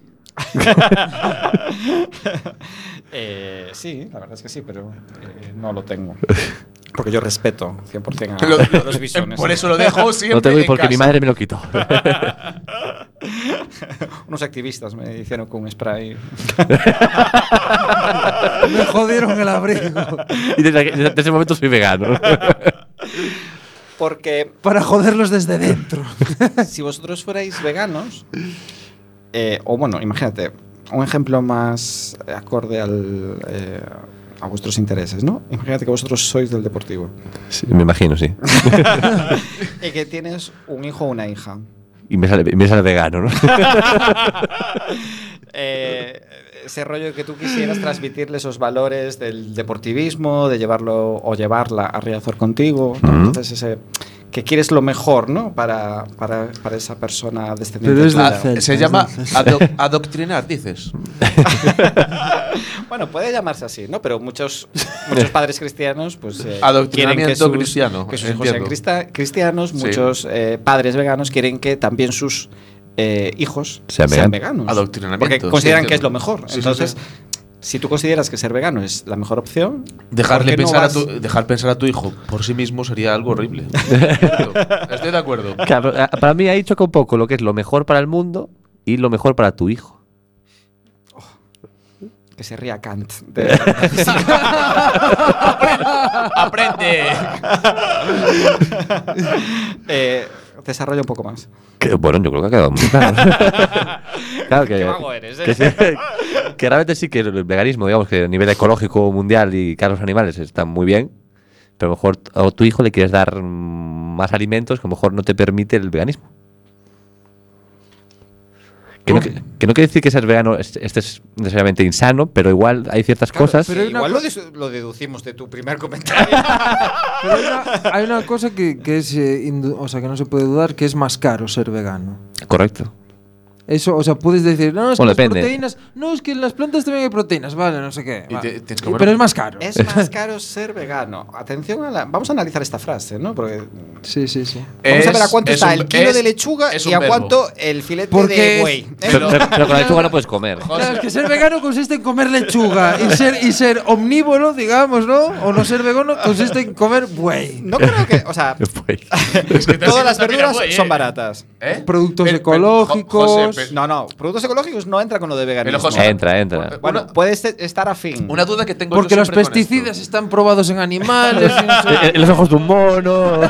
Eh, sí, la verdad es que sí, pero eh, no lo tengo. Porque yo respeto cien por cien a, lo- a los bisones. por eso lo dejo siempre. No tengo en porque mi casa. madre me lo quitó. Unos activistas me hicieron con un spray. Me jodieron el abrigo. Y desde, aqu- desde ese momento soy vegano. Porque Para joderlos desde dentro. si vosotros fuerais veganos, eh, o bueno, imagínate, un ejemplo más acorde al, eh, a vuestros intereses, ¿no? Imagínate que vosotros sois del deportivo Sí, me imagino, sí. y que tienes un hijo o una hija. Y me sale, me sale vegano, ¿no? Eh, ese rollo que tú quisieras transmitirle esos valores del deportivismo, de llevarlo o llevarla a Riazor contigo. Ujú. Entonces ese que quieres lo mejor, ¿no? Para, para, para esa persona descendiente. Pero es tuya. la celta, Se es llama la celta. ado- adoctrinar, dices. Bueno, puede llamarse así, ¿no? Pero muchos, muchos padres cristianos, pues, eh, Adoctrinamiento quieren que sus, cristiano, que sus hijos sean entiendo. crista- cristianos. Sí. Muchos eh, padres veganos quieren que también sus eh, hijos Sean sean, veganos. veganos. Adoctrinamiento, Porque sí, consideran que es entiendo. lo mejor. Sí, sí, Entonces, sí. si tú consideras que ser vegano es la mejor opción, Dejarle ¿por qué no pensar vas- a tu, dejar pensar a tu hijo por sí mismo sería algo horrible. Estoy de acuerdo. Claro, a- para mí ahí choca un poco lo que es lo mejor para el mundo y lo mejor para tu hijo. que se ría Kant. De- ¡Aprende! eh, desarrolla un poco más. Que, bueno, yo creo que ha quedado muy claro. Claro que, Qué vago eres, ¿eh? que, sí, que realmente sí que el veganismo, digamos que a nivel ecológico mundial y cara a los animales están muy bien, pero a lo mejor a tu hijo le quieres dar mm, más alimentos que a lo mejor no te permite el veganismo. Que no, que, que no quiere decir que ser vegano es- estés necesariamente insano, pero igual hay ciertas Claro, cosas. pero hay una igual co- lo, des- lo deducimos de tu primer comentario. Pero hay una, hay una cosa que, que es, eh, indu- o sea, que no se puede dudar, que es más caro ser vegano. Correcto. Eso, o sea, puedes decir, no, es que Bueno, las depende. proteínas, no, es que en las plantas también hay proteínas, vale, no sé qué. Y va. te- tienes que Y- comer- pero es más caro. Es más caro ser vegano. Atención a la. Vamos a analizar esta frase, ¿no? Porque Sí, sí, sí. vamos a ver a Es- cuánto es está un- el kilo es- de lechuga es y un a verbo. cuánto el filete Porque de es- buey. ¿eh? Pero, pero- pero con la lechuga no puedes comer. Claro, es que ser vegano consiste en comer lechuga y ser, y ser omnívoro, digamos, ¿no? O no ser vegano consiste en comer buey. No creo que. O sea, Pues, todas las también verduras buey, son ¿eh? baratas. ¿Eh? Productos Pero- pero, ecológicos. Jo- José, pe- No, no. Productos ecológicos no entra con lo de veganismo. Pero, José, entra, entra. Bueno, Una- puedes te- estar afín. Una duda que tengo Porque yo los siempre con pesticidas esto. están probados en animales, y no sé- En- en los ojos de un mono.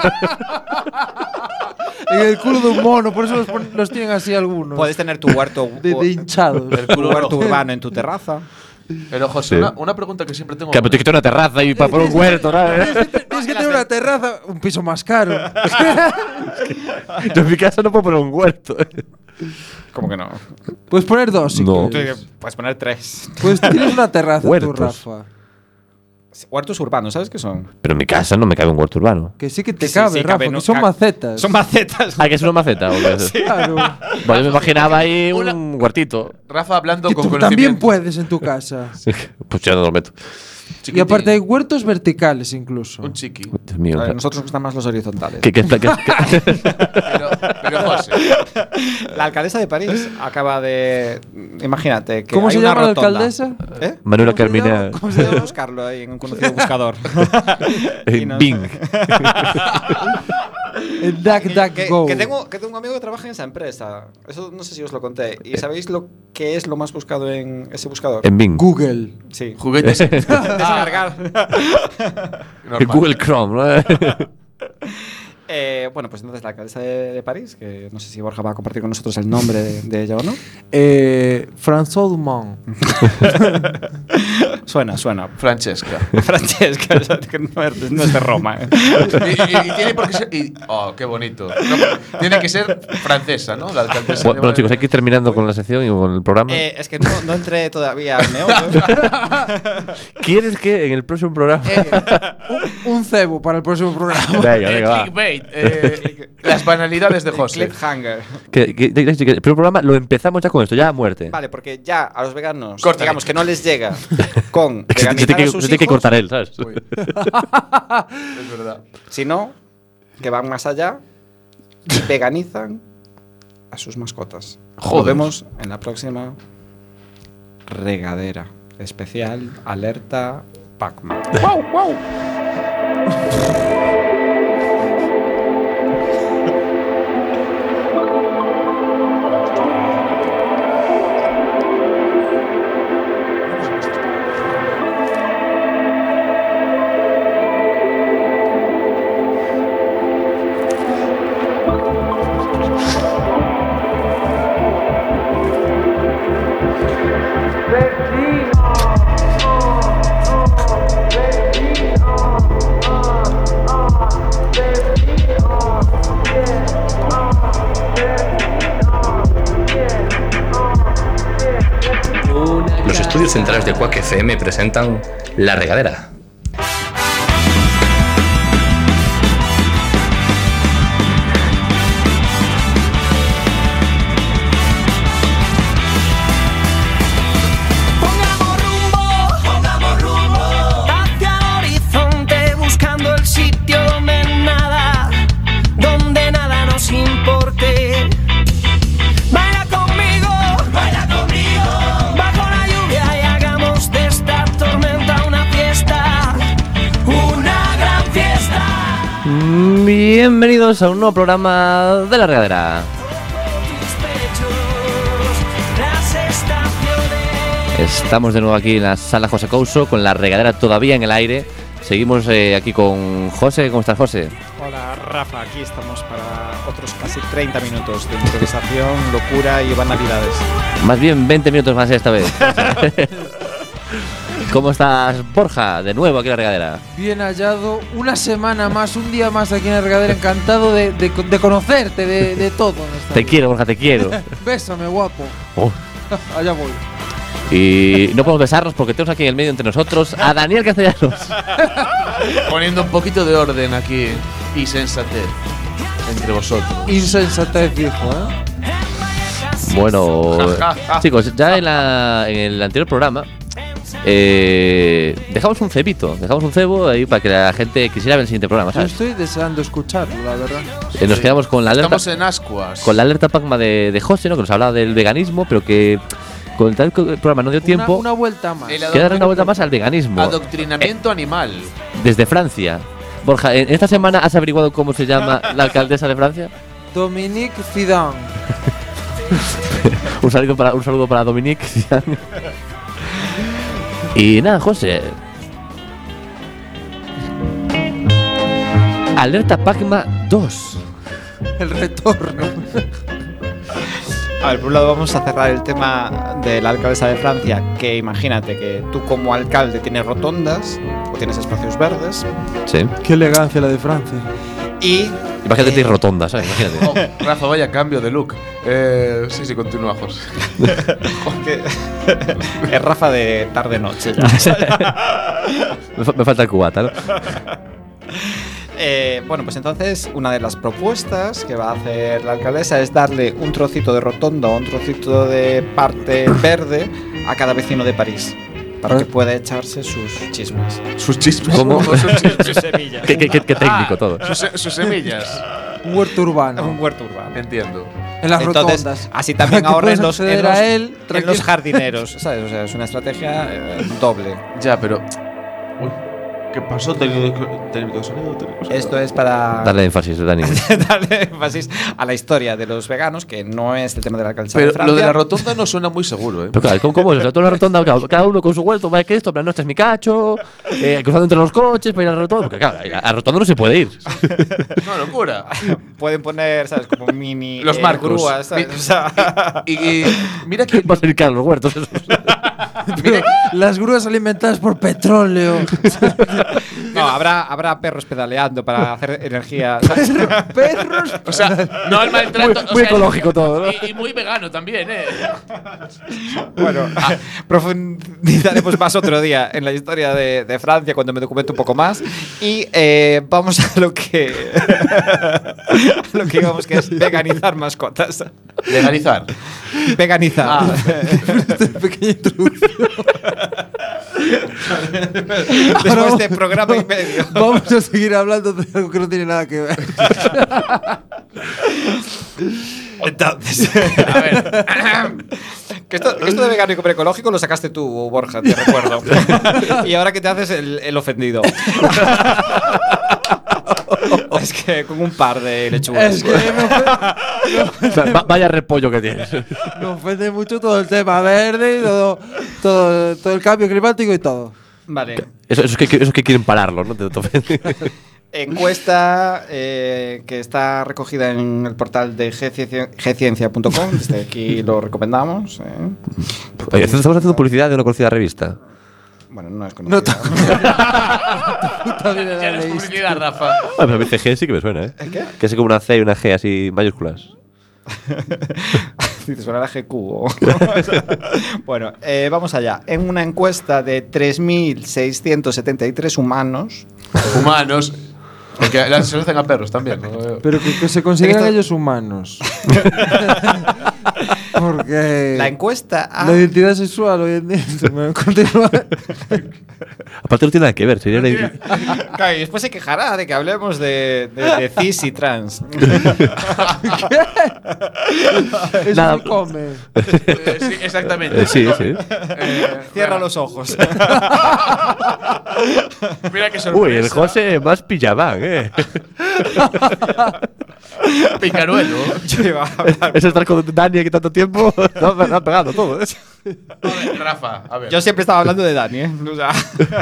en el culo de un mono, por eso los, pon- los tienen así algunos. Puedes tener tu huerto, de, de hinchados. tu huerto urbano en tu terraza. Pero, José, Sí. una, una pregunta que siempre tengo. Que me quito una terraza y para poner un huerto, ¿sabes? Tienes que tener una terraza, un piso más caro. Yo en mi casa no puedo poner un huerto. ¿Cómo que no? Puedes poner dos, si No. quieres. Puedes poner tres. Pues tienes una terraza tú, Huertos. Rafa. Huertos urbanos, ¿sabes qué son? Pero en mi casa no me cabe un huerto urbano. Que sí que te Que sí, cabe, sí, Rafa, cabe, que ¿no? son Ca- macetas. Son macetas. Ah, que es una maceta. ¿O qué es? Claro. Bueno, yo me imaginaba ahí un huertito. Rafa hablando Que con tú conocimiento. también puedes en tu casa. Pues ya no lo meto. Y Chiquitín. aparte hay huertos verticales incluso. Un chiqui. Dios mío. A nosotros nos gustan más los horizontales. ¿Qué, qué, qué- qué- Pero, pero José, La alcaldesa de París acaba de. Imagínate que. ¿Cómo hay se una llama la rotonda. alcaldesa? ¿Eh? Manuela ¿Cómo se Carmina llama? ¿Cómo se Puedes llama? buscarlo ahí en un conocido buscador. en Y nos- Bing. El Duck Duck que, Go. que tengo, que tengo un amigo que trabaja en esa empresa. Eso no sé si os lo conté. ¿Y sabéis lo que es lo más buscado en ese buscador? En Bing. Google. Sí. juguetes. Descargar. Normal. En Google Chrome, ¿no? Eh, bueno, pues entonces la alcaldesa de, de París, que no sé si Borja va a compartir con nosotros el nombre de, de ella o no. Eh, François Dumont. Suena, suena. Francesca. Francesca, que no es, no es de Roma. ¿eh? y, y- y tiene por qué ser. y- oh, qué bonito. No, tiene que ser francesa, ¿no? La alcaldesa. Bueno, de- bueno, chicos, hay que ir terminando con la sección y con el programa. Eh, es que no, no entré todavía al meollo. ¿Quieres que en el próximo programa? Eh, un, un cebo para el próximo programa. Venga, Eh, venga, va. clickbait, eh, las banalidades de José. Cliffhanger. Que, que- que- que el próximo programa lo empezamos ya con esto, ya a muerte. Vale, porque ya a los veganos, Córtale. digamos que no les llega con Que se, se veganizar tiene a que, sus se tiene que hijos, cortar él, ¿sabes? Es verdad. sino que van más allá y veganizan a sus mascotas. Joder. Lo vemos en la próxima regadera especial alerta Pac-Man. Los estudios centrales de Quack F M presentan La Regadera. bienvenidos a un nuevo programa de La Regadera. Estamos de nuevo aquí en la sala José Couso con La Regadera todavía en el aire. Seguimos eh, aquí con José. ¿Cómo estás, José? Hola, Rafa. Aquí estamos para otros casi treinta minutos de improvisación, locura y banalidades. Más bien veinte minutos más esta vez. ¿Cómo estás, Borja? De nuevo aquí en La Regadera. Bien hallado, una semana más, un día más aquí en La Regadera. Encantado de, de, de conocerte, de, de todo. En esta Te vida. quiero, Borja, te quiero. Bésame, guapo. Oh. Allá voy. Y no podemos besarnos porque tenemos aquí en el medio entre nosotros a Daniel Castellanos. Poniendo un poquito de orden aquí y sensatez entre vosotros. Insensatez, dijo, ¿eh? Bueno, chicos, ya en, la, en el anterior programa eh, dejamos un cebito, dejamos un cebo ahí para que la gente quisiera ver el siguiente programa, Yo ¿sabes? estoy deseando escucharlo, la verdad. Eh, nos quedamos con la alerta, Estamos en ascuas. con la alerta Pacma de, de José, ¿no? Que nos hablaba del veganismo, pero que con tal que el programa no dio tiempo, Una, una vuelta más. El queda dar una vuelta más al veganismo. Adoctrinamiento animal. Desde Francia. Borja, ¿en esta semana has averiguado cómo se llama la alcaldesa de Francia? Dominique Zidane. un, saludo para, un saludo para Dominique. Y nada, José. Alerta Pacma dos. El retorno. A ver, por un lado vamos a cerrar el tema de la alcaldesa de Francia, que imagínate que tú como alcalde tienes rotondas o tienes espacios verdes Sí. Qué elegancia la de Francia. y… Imagínate, eh, tienes rotondas, ¿sabes? Imagínate. Oh, Rafa, vaya cambio de look. Eh, sí, sí, continúa, José. que- es Rafa de tarde-noche ya. me, fa- me falta el cubata, ¿no? Eh, bueno, pues entonces una de las propuestas que va a hacer la alcaldesa es darle un trocito de rotonda o un trocito de parte verde a cada vecino de París para que pueda echarse sus chismes. Sus chismes. ¿Cómo? Sus chismes. Sus semillas. ¿Qué, qué, qué- qué técnico Ah, todo. Sus, sus semillas. Un huerto urbano. Un huerto urbano. Entiendo. En las Entonces, rotondas. así también Para que ahora en puedas los, en acceder los- a él, en los tranquilo. jardineros, ¿sabes? O sea, es una estrategia eh, doble. Ya, pero. Uy, ¿qué pasó? Técnico técnico de sonido. técnico de sonido. Esto es para Dale énfasis, Dani. darle énfasis a la historia de los veganos, que no es el tema de la alcaldesa Pero de Francia. lo de la rotonda no suena muy seguro, ¿eh? Pero claro, ¿cómo, cómo es? O sea, toda la rotonda, cada, cada uno con su huerto, va que esto, en plan, no, este es mi cacho, eh, cruzando entre los coches para ir a la rotonda. Porque claro, a la rotonda no se puede ir. Una locura. Pueden poner, ¿sabes? Como mini Los eh, marcos. grúas, ¿sabes? Mi- O sea, Y, y mira que. Va a ser caro los huertos esos. Pero las grúas alimentadas por petróleo. no, habrá, habrá perros pedaleando para hacer energía. ¿sabes? Perros. O sea, no el maltrato. Muy- o muy sea, ecológico todo, ¿no? Y, y muy vegano también, ¿eh? Bueno, profundizaremos más otro día en la historia de, de Francia cuando me documente un poco más. Y eh, vamos a lo que a lo que íbamos, que es veganizar mascotas. Legalizar. Veganizar. Ah. Este pequeño introducción. Después de programa y medio. Vamos a seguir hablando de algo que no tiene nada que ver. Entonces, A ver. que esto, que esto de vegano y comer ecológico lo sacaste tú, Borja, te recuerdo. Y ahora que te haces el, el ofendido. Es que con un par de lechugas. Es que me ofende, Va- vaya repollo que tienes. me ofende mucho todo el tema verde y todo, todo, todo el cambio climático y todo. Vale. Eso, eso, es que, eso es que quieren pararlo, ¿no? Te- te- Encuesta eh, que está recogida en el portal de g ciencia punto com. Desde aquí lo recomendamos. eh. Oye, estamos haciendo publicidad de una conocida revista. Bueno, no es No conocida. También Ya era no es leíste. publicidad, Rafa. Ah, pero a mí C G sí que me suena, ¿eh? ¿Qué? Que es como una C y una G así mayúsculas. Si te suena la G Q. o- bueno, eh, vamos allá. En una encuesta de tres mil seiscientos setenta y tres humanos. Humanos. Porque las- se lo hacen a perros también. ¿no? Pero que, que se consideran Esto- ellos humanos. Porque La encuesta ha... la identidad sexual hoy en día se me continúa. Aparte no tiene nada que ver, sería una idea. Claro, y después se quejará de que hablemos de, de, de cis y trans. Eso Nada. se come. Eh, sí, exactamente. Eh, sí, sí. Eh, Cierra mira, los ojos. Mira qué sorpresa. Uy, el José más pijamán, ¿eh? Picaruelo. Yo iba a hablar. Eso estar con Dani aquí tanto tiempo, no, me ha pegado todo, ¿eh? A ver, Rafa, a ver. Yo siempre estaba hablando de Dani, ¿eh? O sea.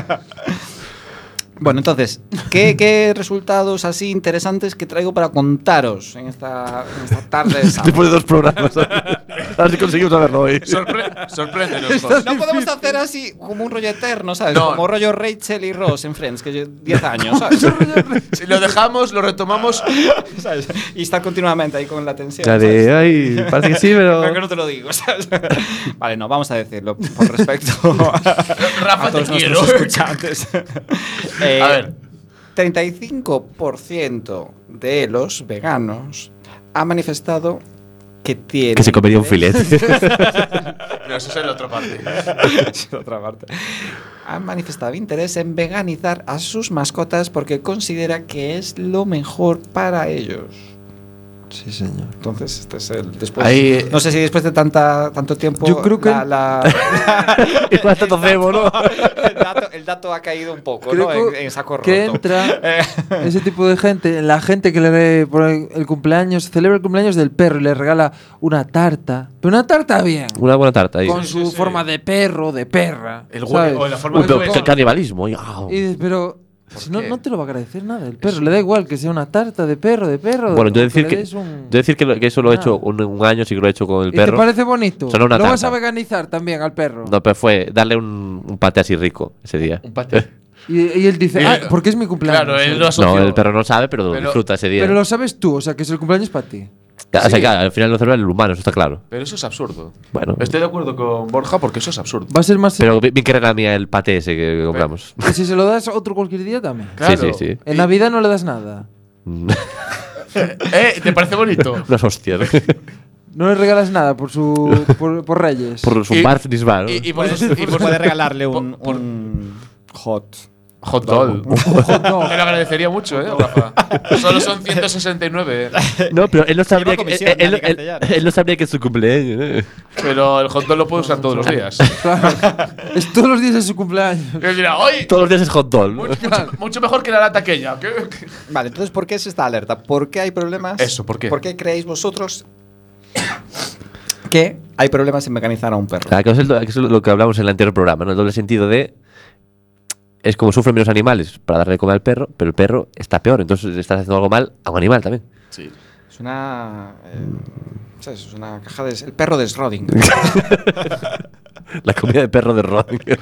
Bueno, entonces, ¿qué, ¿qué resultados así interesantes que traigo para contaros en esta, en esta tarde de sábado? Después de dos programas. A ver si conseguimos saberlo hoy. Sorpre- sorpréndenos, José. No podemos hacer así como un rollo eterno, ¿sabes? No. Como rollo Rachel y Ross en Friends, que yo- diez años, ¿sabes? Si lo dejamos, lo retomamos. ¿Sabes? Y estar continuamente ahí con la tensión. La ¿sabes? de, ay, parece que sí, pero. Pero que no te lo digo, ¿sabes? Vale, no, vamos a decirlo por respeto Rafa, a todos te quiero. nuestros escuchantes. Eh, A ver. treinta y cinco por ciento de los veganos ha manifestado que tienen Que se comería un interés- filete. No, eso es la otra parte. Es otra parte. Han manifestado interés en veganizar a sus mascotas porque considera que es lo mejor para ellos. Sí, señor. Entonces, este es el después. Ahí- no sé si después de tanta tanto tiempo. Yo creo que- la, la- Y con tanto cebo, ¿no? el, dato, el dato ha caído un poco, Creo ¿no? que- En, en saco roto. que entra Eh, ese tipo de gente, la gente que le ve por el, el cumpleaños, celebra el cumpleaños del perro y le regala una tarta, pero una tarta bien, Una buena tarta ahí. con Sí, su sí, sí. forma de perro, de perra. El ¿sabes? hue- o la forma Uy, de pero hueso. ca- canibalismo. y- au. Y dices, pero si no, qué? no te lo va a agradecer nada el perro, le da igual que sea una tarta de perro, de perro. Bueno, yo o decir le que, des un- yo decir que, lo- que eso lo he Nada. hecho un, un año, sí que lo he hecho con el ¿Y te perro. parece bonito? Solo una ¿Lo vas tarta. a veganizar también al perro? No, pero fue darle un, un pate así rico ese día. Un pate. Y, y él dice, Y- ah, porque es mi cumpleaños. Claro, él ¿sabes? lo asoció. No, el perro no sabe, pero, Pero- disfruta ese día. Pero lo sabes tú, o sea, que es el cumpleaños para ti. O sea, sí. que al final lo celebra el humano, eso está claro. Pero eso es absurdo. Bueno. Estoy de acuerdo con Borja porque eso es absurdo. Va a ser más... Pero vi vi que era la mía el pate ese que, que compramos. que si se lo das a otro cualquier día también. Claro. Sí, sí, sí. En Navidad no le das nada. ¿Eh? ¿Te parece bonito? Unas hostias. No le regalas nada por su por, por Reyes. Por su Y- bar Nisbar, ¿no? Y, y por puedes, eso- y por- puede regalarle un, por- un hot. Hot dog. Un hot dog. Te lo agradecería mucho, ¿eh, Rafa? Solo son ciento sesenta y nueve. ¿eh? No, pero él no sabría Lleva que, comisión, él, él- Dani él- Castellano. él no sabría que es su cumpleaños. ¿eh? Pero el hot dog lo puedo usar todos los días. Claro. Es todos los días de su cumpleaños. Y él dirá, ¡oye! Todos los días es hot dog. ¿no? Mucho, mucho- mucho mejor que la lata aquella. ¿Qué? Vale, entonces, ¿por qué es esta alerta? ¿Por qué hay problemas? Eso, ¿por qué? ¿Por qué creéis vosotros que hay problemas en veganizar a un perro? Claro, que es, el do- que es lo que hablamos en el anterior programa, ¿no? El doble sentido de. Es como sufren menos animales para darle de comer al perro, pero el perro está peor, entonces le estás haciendo algo mal a un animal también. Sí. Es una. eh, ¿sabes? Es una caja de. El perro de Schrödinger. La comida de perro de Rodinger.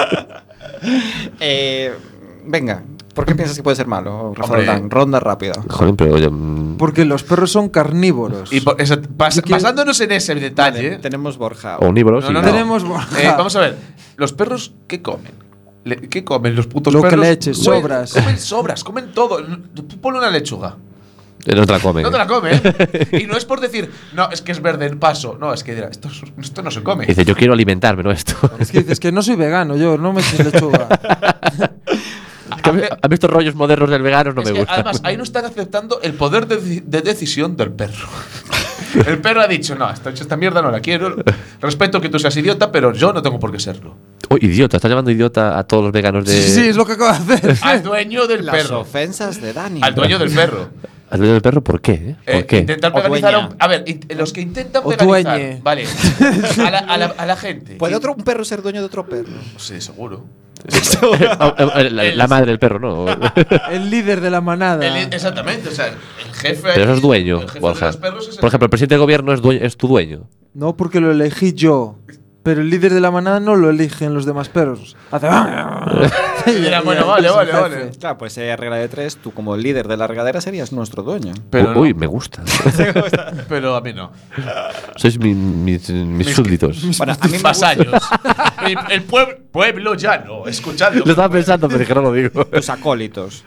eh, venga, ¿por qué piensas que puede ser malo, Rafa Hombre. Roldán? Ronda rápida. Joder, pero oye, mm, Porque los perros son carnívoros. Y por- esa- bas- ¿Y qué? basándonos en ese detalle. Vale, tenemos Borja. omnívoros. No, y- no, no. Tenemos Borja. Eh, vamos a ver. ¿Los perros qué comen? Le- ¿Qué comen los putos Lo que perros? le eches, Comen- sobras. Comen sobras, comen todo. Tú ponle una lechuga. Eh, No te la comen. No te la comen. Y no es por decir, no, es que es verde el paso. No, es que dirá, esto, esto no se come. Dice, yo quiero alimentarme, no esto. Es que dices que no soy vegano, yo no me eches lechuga. A mí, a mí estos rollos modernos del vegano no Es me que, gustan. además, ahí no están aceptando el poder de, deci- de decisión del perro. El perro ha dicho, no, esta, esta mierda no la quiero. Respeto que tú seas idiota, pero yo no tengo por qué serlo. Oh, idiota, estás llamando idiota a todos los veganos de. Sí, sí, es lo que acabo de hacer. Al dueño del Las perro. ofensas de Dani. Al dueño del perro. ¿Al dueño del perro? ¿Por qué? eh? ¿Por Eh, qué? Intentar O veganizar a un. dueña. A ver, in- los que intentan O veganizar. dueñe. Vale. A la, a la- a la gente. ¿Puede otro un perro ser dueño de otro perro? Sí, seguro. Ah, eh, la, la madre del perro, ¿no? El líder de la manada. El- exactamente, o sea, el jefe. Pero eso ahí, es dueño, el jefe Borja. de los perros es el- Por ejemplo, el presidente del gobierno es, dueño, es tu dueño. No, porque lo elegí yo. Pero el líder de la manada no lo eligen los demás perros. Hace. Y dirán, bueno, vale, Es el vale, jefe. vale. Claro, pues eh, regla de tres, tú como líder de la regadera serías nuestro dueño. Pero, Uy, no, me gusta. pero a mí no. Sois mi- mis, mis súbditos. Bueno, a mí me Vasallos. el el pueblo, pueblo llano, escuchadlo. Lo estaba pensando, pero es que no lo digo. tus acólitos.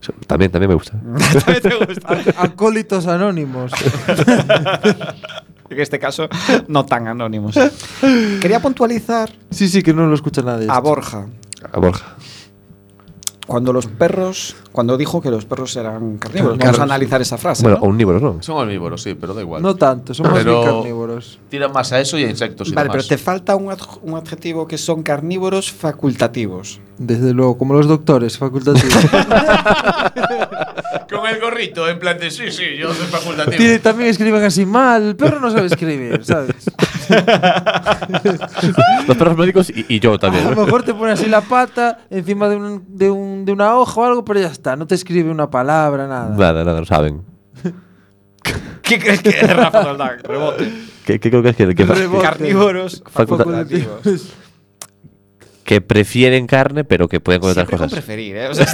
También, también me gusta. Acólitos anónimos. En este caso, no tan anónimos. Quería puntualizar Sí, sí, que no lo escucha nadie. a Borja. A Borja. Cuando los perros, cuando dijo que los perros eran carnívoros, vamos Carnívoros. a analizar esa frase. Bueno, ¿no? omnívoros, ¿no? Son omnívoros, sí, pero da igual. No tanto, son más Pero- bien carnívoros. Tiran más a eso y a insectos y Vale, pero demás. te falta un, adj- un adjetivo que son carnívoros facultativos. Desde luego, como los doctores, facultativos. Con el gorrito, en plan de sí, sí, yo soy facultativo. Tiene- también escriben así mal. El perro no sabe escribir, ¿sabes? Los perros médicos y, y yo también. A ¿no? lo mejor te pone así la pata encima de, un, de, un, de una hoja o algo, pero ya está. No te escribe una palabra, nada. Nada, nada, lo saben. ¿Qué crees que es, Rafa Doldán? Rebote. ¿Qué, qué creo que es que, que, Rebote. Carnívoros Faculta- facultativos. que prefieren carne, pero que pueden comer otras Siempre con cosas? preferir, ¿eh? O sea,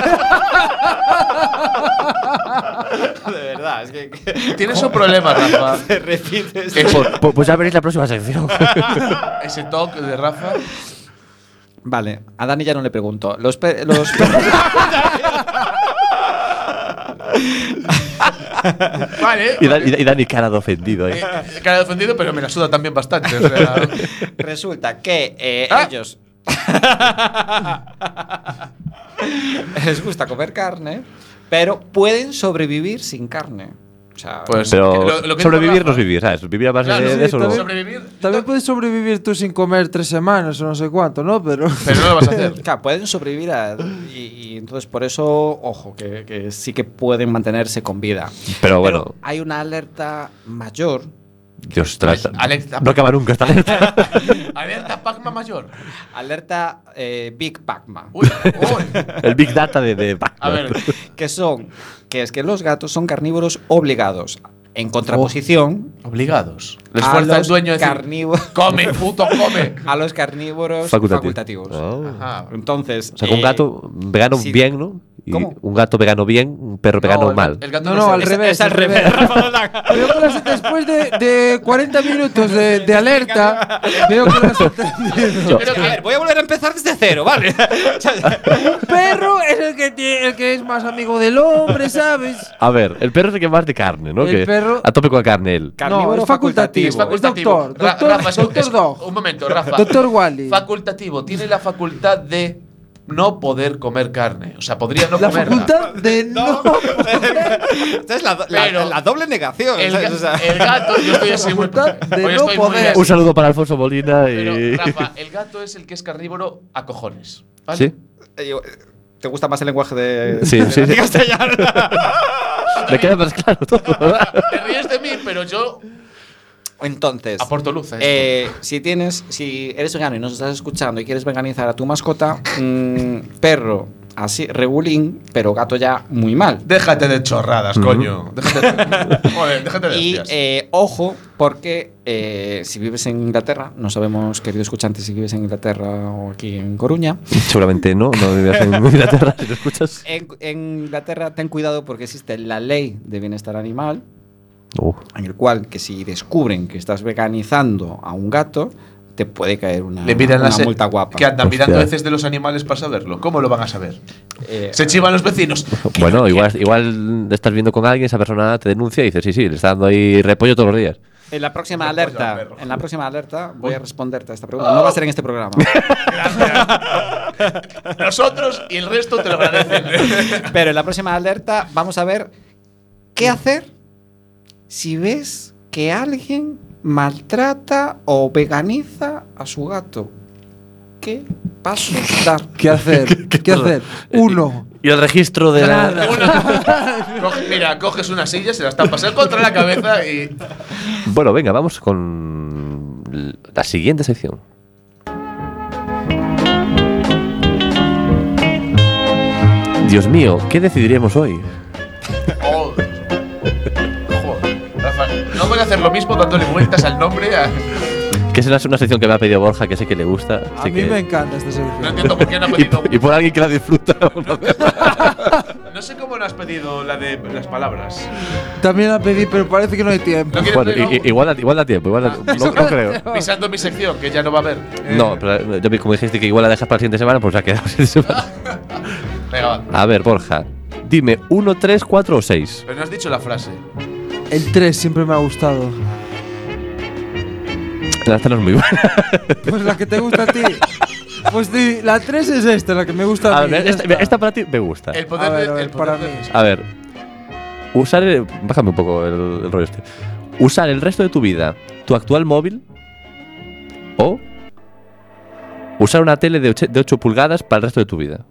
de verdad, es que, que Tienes un problema, Rafa. te repites. Ese, Pues, pues- pues ya veréis la próxima sección. ese toque de Rafa. Vale, a Dani ya no le pregunto. Los, pe- los perros. Vale. y, Dan- y, y Dani cara de ofendido ahí. Eh, cara de ofendido, pero me la suda también bastante. O sea, Resulta que eh, Ah. ellos les gusta comer carne, pero pueden sobrevivir sin carne. O sea, Pues- Pero lo- lo que sobrevivir dijo no es Rafa. vivir, ¿sabes? Vivir a base Claro, de, sí, de eso. también- no. sobrevivir. También puedes sobrevivir tú sin comer tres semanas o no sé cuánto, ¿no? Pero. Pero no lo vas a hacer. claro, pueden sobrevivir a- y, y entonces por eso, ojo, que, que sí que pueden mantenerse con vida. Pero bueno, hay una alerta mayor. Dios, trata. Alerta- No acaba nunca esta alerta. Alerta Pacma mayor. Alerta eh, Big Pacma. Uy, uy. El Big Data de. de A ver, Que son, que es que los gatos son carnívoros obligados. En contraposición obligados. Les a fuerza el los dueño de decir, carnívoros. come, puto, come. A los carnívoros Facultativo. facultativos. Oh. Ajá. Entonces. O sea, que un eh, gato vegano sí. bien, ¿no? Y ¿Cómo? un gato vegano bien, un perro vegano No, el, mal. El gato No, no, se- al es- revés. es al al revés. Veo que las- después de, de cuarenta minutos de, de alerta, veo que lo has entendido. Yo- Creo A ver, que voy a volver a empezar desde cero, ¿vale? Un perro es el que, tiene- el que es más amigo del hombre, ¿sabes? A ver, el perro es el que más de carne, ¿no? El que perro- a tope con la carne él. Carnívoro no, es facultativo. es facultativo. doctor, Ra- doctor, Rafa, es un- doctor es- Dog. Un momento, Rafa. Doctor Wally. Facultativo. Tiene la facultad de no poder comer carne. O sea, podría no La comerla. facultad de no. Esta es la, do- la- Pero- la doble negación. El, ¿sabes? ga- O sea, el gato, yo estoy así muy. Facultad de hoy no estoy muy poder. así. Un saludo para Alfonso Molina Pero, y. Rafa, el gato es el que es carnívoro a cojones. ¿vale? ¿Sí? eh, yo- ¿Te gusta más el lenguaje de, Sí, de sí, sí. castellano? Me queda más claro todo, ¿verdad? Te ríes de mí, pero yo Entonces, aporto luz a esto. eh, si tienes, si eres vegano y nos estás escuchando y quieres veganizar a tu mascota, mm, perro así regulín, pero gato ya muy mal. Déjate de chorradas, coño. Déjate de, joder, déjate de Y hostias. eh, ojo, porque eh, si vives en Inglaterra, no sabemos, querido escuchante, si vives en Inglaterra o aquí en Coruña. Seguramente no, no vivías en Inglaterra, si lo escuchas. En, en Inglaterra ten cuidado porque existe la ley de bienestar animal, Uh, en el cual que si descubren que estás veganizando a un gato, te puede caer una, Le miran una las multa guapa. que andan Hostia. mirando heces de los animales para saberlo. ¿Cómo lo van a saber? Eh, Se chivan los vecinos. bueno, igual, igual estás viendo con alguien, esa persona te denuncia y dices, sí, sí, le está dando ahí repollo todos los días. en la próxima Repollo al alerta, perro. en la próxima alerta voy a responderte a esta pregunta. No va a ser en este programa. Nosotros y el resto te lo agradecen. Pero en la próxima alerta vamos a ver qué hacer si ves que alguien maltrata o veganiza a su gato. ¿Qué pasos dar? ¿Qué hacer? ¿Qué, hacer? Uno. Y el registro de la. Coge- mira, coges una silla, se la estampas contra la cabeza y. Bueno, venga, vamos con la siguiente sección. Dios mío, ¿qué decidiremos hoy? Oh. Joder. Rafa, no voy a hacer lo mismo dándole vueltas al nombre. A... Que es una, una sección que me ha pedido Borja, que sé que le gusta. A así mí que- me encanta esta No sección. entiendo por qué no ha y, pedido. y por alguien que la disfruta. No sé cómo no has pedido la de las palabras. También la pedí, pero parece que no hay tiempo. No quieres Bueno, pedir- i- i- igual, da, igual da tiempo, igual da- Ah, no, no creo. Pisando mi sección, que ya no va a haber. Eh, No, pero yo vi como dijiste que igual la dejas para la siguiente semana, pues ha quedado sin semana. Venga, va. A ver, Borja, dime uno, tres, cuatro o seis. Pero no has dicho la frase. El tres siempre me ha gustado. Esta no es muy buena. Pues la que te gusta a ti. Pues di, la tres es esta, la que me gusta a, A mí. ver, ya esta, está. esta para ti me gusta. El poder A ver, de- a ver, el poder para de- mí. A ver, usar el, bájame un poco el, el rollo este. Usar el resto de tu vida tu actual móvil o usar una tele de ocho, de ocho pulgadas para el resto de tu vida.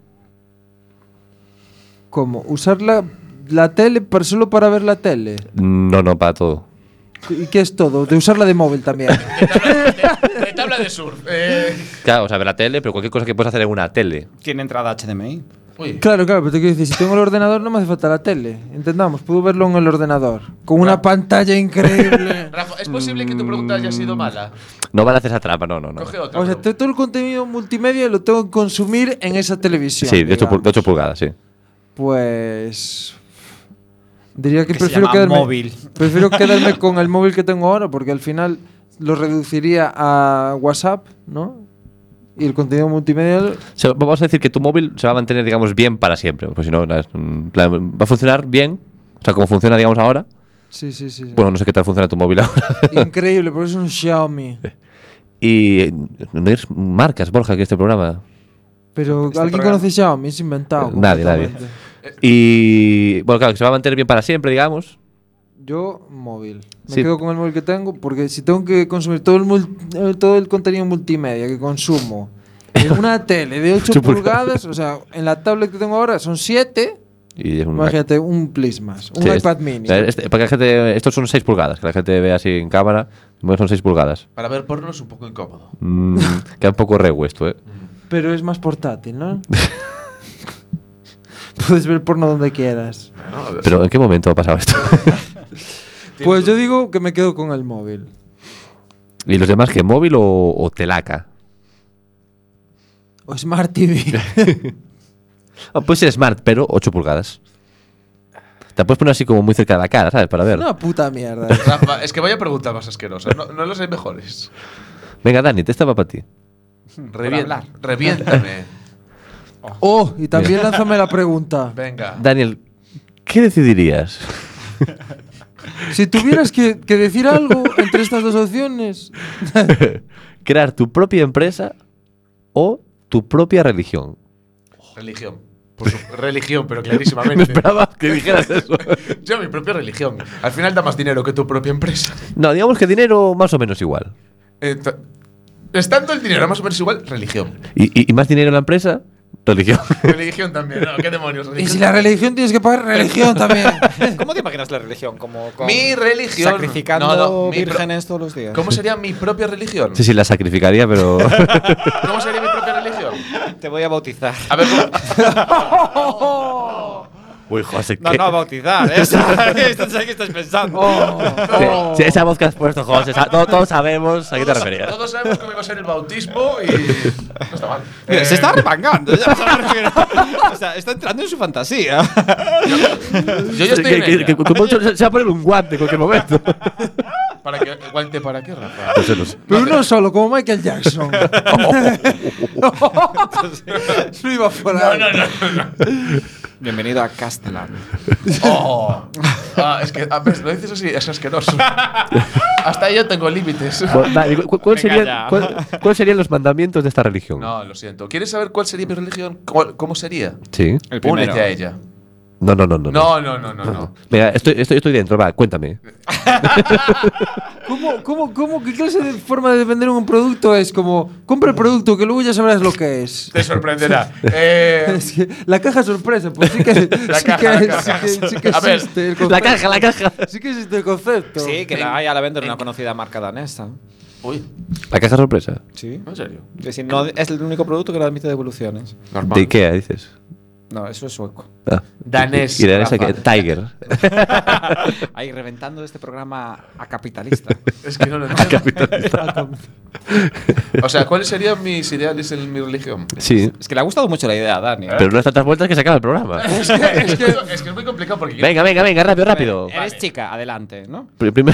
¿Cómo? ¿Usar la, la tele para, solo para ver la tele? No, no, para todo. ¿Y qué es todo? De usarla de móvil también. De tabla de, de tabla de surf. Eh. Claro, o sea, ver la tele, pero cualquier cosa que puedas hacer en una tele. Tiene entrada H D M I. Uy. Claro, claro, pero te quiero decir, si tengo el ordenador no me hace falta la tele. Entendamos, puedo verlo en el ordenador. Con una pantalla increíble. Rafa, ¿es posible que tu pregunta haya sido mala? No van a hacer esa trampa, no, no, no. Coge otra. O sea, pregunta. todo el contenido multimedia lo tengo que consumir en esa televisión. Sí, de ocho, digamos. de ocho pulgadas, sí. Pues. Diría que, Que se prefiero llama quedarme. móvil. Prefiero quedarme con el móvil que tengo ahora, porque al final lo reduciría a WhatsApp, ¿no? Y el contenido multimedia. O sea, vamos a decir que tu móvil se va a mantener, digamos, bien para siempre. Pues si no, la- en plan, va a funcionar bien. O sea, como funciona, digamos, ahora. Sí, sí, sí. sí. Bueno, no sé qué tal funciona tu móvil ahora. Increíble, porque es un Xiaomi. Y eh, no hay marcas, Borja, que este programa. Pero Este ¿alguien programa- conoce Xiaomi? Es inventado. Eh, nadie, nadie. completamente. Y bueno, claro, que se va a mantener bien para siempre, digamos. Yo, móvil. Me Sí. quedo con el móvil que tengo, porque si tengo que consumir todo el, mul- eh, todo el contenido multimedia que consumo en una tele de ocho ocho pulgadas. pulgadas, o sea, en la tablet que tengo ahora son siete. Y es un Imagínate, un plis más, un Sí, iPad es- mini. o sea, este- para que la gente, estos son seis pulgadas, que la gente vea así en cámara. Bueno, son seis pulgadas. Para ver porno es un poco incómodo. Mm, queda un poco regu esto, ¿eh? Pero es más portátil, ¿no? Puedes ver porno donde quieras. Bueno, a ver Pero ¿en qué momento ha pasado esto? si- Pues yo digo que me quedo con el móvil. ¿Y los demás qué? ¿Móvil o, o telaca? O Smart T V. Ah, puede ser smart, pero ocho pulgadas. Te la puedes poner así como muy cerca de la cara, ¿sabes? Para ver. Una puta mierda. Rafa, es que vaya preguntas más asquerosas. No, no los hay mejores. Venga, Dani, te estaba para ti. Revien- hablar. Reviéntame. Oh, y también lánzame la pregunta. Venga. Daniel, ¿qué decidirías? Si tuvieras que, que decir algo entre estas dos opciones. ¿Crear tu propia empresa o tu propia religión? Religión. Por su- religión, pero Me clarísimamente. esperaba que dijeras eso. Yo, mi propia religión. Al final da más dinero que tu propia empresa. No, digamos que dinero más o menos igual. Eh, t- estando el dinero más o menos igual, religión. ¿Y, y, y más dinero en la empresa? Religión. Religión también. No, ¿qué demonios? Y Religión. si la religión tienes que pagar religión también. ¿Cómo te imaginas la religión? Como con- Mi religión. Sacrificando No, no, mi pro- vírgenes todos los días. ¿Cómo sería mi propia religión? Sí, sí, la sacrificaría, pero. ¿Cómo sería mi propia religión? Te voy a bautizar. A ver, ¿cómo? Uy, José, No, ¿qué? no, bautizar. Esa, esto es que estás pensando. Oh, Sí, esa voz que has puesto, José, sa- to- todos sabemos a qué te Todos- referías. Todos sabemos cómo iba a ser el bautismo y. No está mal. Mira, Eh, se está remangando. Ya, o sea, me refiero- o sea, está entrando en su fantasía. Yo ya estoy que, en que- ella. que- como mucho se se va a poner un guante en cualquier momento. ¿Para qué? ¿Guante para qué, Rafa? No sé, no sé. pero uno solo, como Michael Jackson. No iba por ahí. No, no, no, no. Bienvenido a Castellan. Oh. Ah, es que a ver, lo dices así, es asqueroso. Hasta ahí yo tengo límites. Bueno, Dani, ¿cu- ¿cuál Venga serían, ya. cuál- cuáles serían los mandamientos de esta religión? No, lo siento. ¿Quieres saber cuál sería mi religión? ¿Cómo, cómo sería? Sí. El primero. Únete a ella. No, no, no, no. No, no, no, no, no. Mira, estoy, estoy, estoy dentro, va, cuéntame. ¿Cómo, cómo, cómo, qué clase de forma de vender un producto es? Como, compra el producto que luego ya sabrás lo que es. Te sorprenderá. Eh, Es que la caja sorpresa, pues sí que, La sí caja, que, la sí caja. que, sí que A ver, existe el La concepto. caja, la caja. Sí que existe el concepto. Sí, que la hay a la venta de una conocida marca danesa. uy, La caja sorpresa. Sí. ¿en serio? Es decir, no, es el único producto que no admite devoluciones. Normal. ¿De Ikea, dices? No, eso es sueco. Ah. Danés, Y danesa Rafa. que Tiger. Ahí reventando este programa a capitalista. Es que no lo entiendo. O sea, ¿cuáles serían mis ideales en mi religión? Sí. Es que le ha gustado mucho la idea a Dani. ¿eh? Pero no es tantas vueltas que se acaba el programa. Es que es, que, es que es muy complicado porque. yo- Venga, venga, venga, rápido, rápido. Eres chica, adelante, ¿no? Pri- Primero.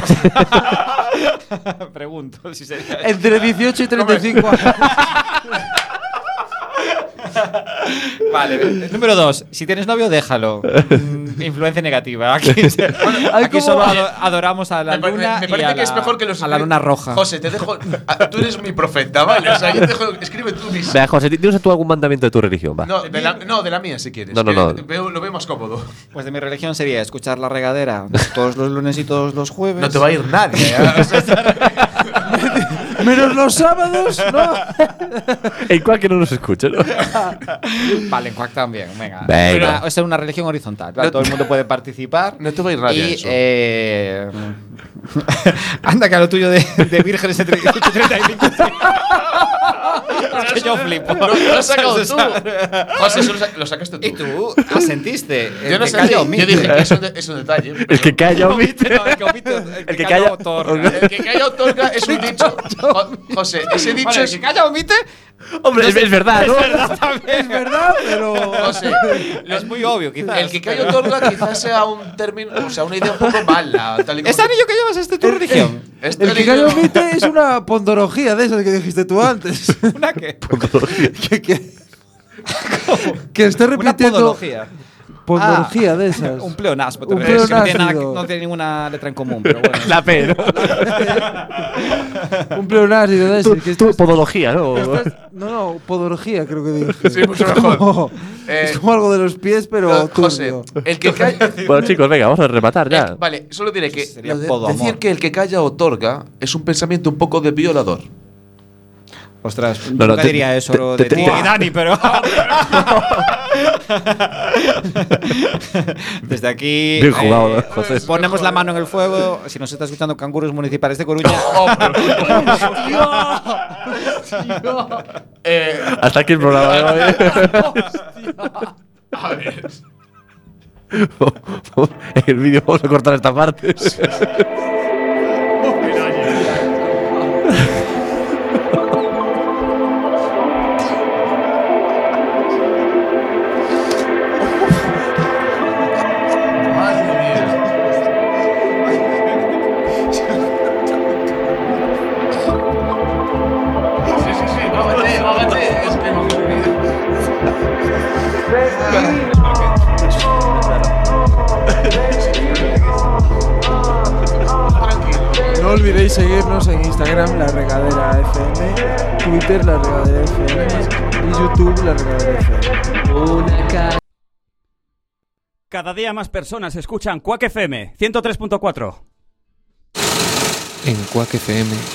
Pregunto si sería. Entre dieciocho y treinta y cinco años. Vale, número dos. Si tienes novio, déjalo. Mm, influencia negativa. Aquí, aquí solo ado- adoramos a la Me, luna. me y parece a que la, es mejor que los. a la luna roja. José, te dejo. a- Tú eres mi profeta, ¿vale? O sea, yo te dejo. Escribe tú mis. Vea, José, ¿tienes tú algún mandamiento de tu religión? Va. No, de la, no, de la mía, si quieres. No, no, no. Que Veo, lo veo más cómodo. Pues de mi religión sería escuchar la regadera todos los lunes y todos los jueves. No te va a ir nadie. ¿eh? O sea, Menos los sábados, ¿no? En cual que no nos escuche, ¿no? Vale, en Quack también. Venga. Venga. Una- es una religión horizontal. ¿Vale? No- Todo el mundo puede participar. No te va a ir nadie a Y, eso. eh, anda, que a lo tuyo de, de vírgenes entre dieciocho y treinta y cinco. Es que yo flipo. Lo, lo has sacado O tú. sea, José, eso lo, sa- lo sacaste tú. Y tú asentiste. El Yo no que sé. calla Yo omite. dije que es un, de- es un detalle. El que calla, Omite, omite. no, el que omite, el que El que calla calla- otorga. El que calla otorga es un dicho. Jo- José, ese dicho Vale, el es. que calla omite. Hombre, es, es verdad, ¿no? Es verdad, pero. José, Es muy obvio, quizás. el que calla otorga quizás sea un término, o sea, una idea un poco mala. Tal y como ¿Es anillo que llevas este tu religión? Este El que anillo- calla omite es una pondología de esas que dijiste tú antes. ¿Una qué? que, que, que esté Una repitiendo. podología. Pondología Ah, de esas. Un pleonasmo. te Un refieres, que no, tiene nada que- pleonástido. no tiene ninguna letra en común, pero bueno. La P, ¿no? Un pleonástido de Tu, ese. Que tu estás- podología, ¿no? estás- no, no, podología creo que dije. Sí, mucho Es mejor. como- Eh, es como algo de los pies, pero No, José, turbio. el que calla. Bueno, chicos, venga, vamos a rematar Eh, ya. vale, solo diré que Sería lo de- podoamor. decir que el que calla otorga es un pensamiento un poco de violador. Ostras, No, no, nunca te- diría eso te- de te- ti te- y Dani, pero. Desde aquí. Bien jugado, José. Ponemos la mano en el fuego. Si nos está escuchando Canguros Municipales de Coruña. Eh, Hasta aquí el programa de hoy. a ver. En el vídeo vamos a cortar esta parte. Madre mía. Sí, sí, sí, vágate, vágate. Es que no. No olvidéis seguirnos en Instagram, La Regadera F M, Twitter, La Regadera F M y YouTube, La Regadera F M. Cada día más personas escuchan Quack F M ciento tres punto cuatro. En Quack F M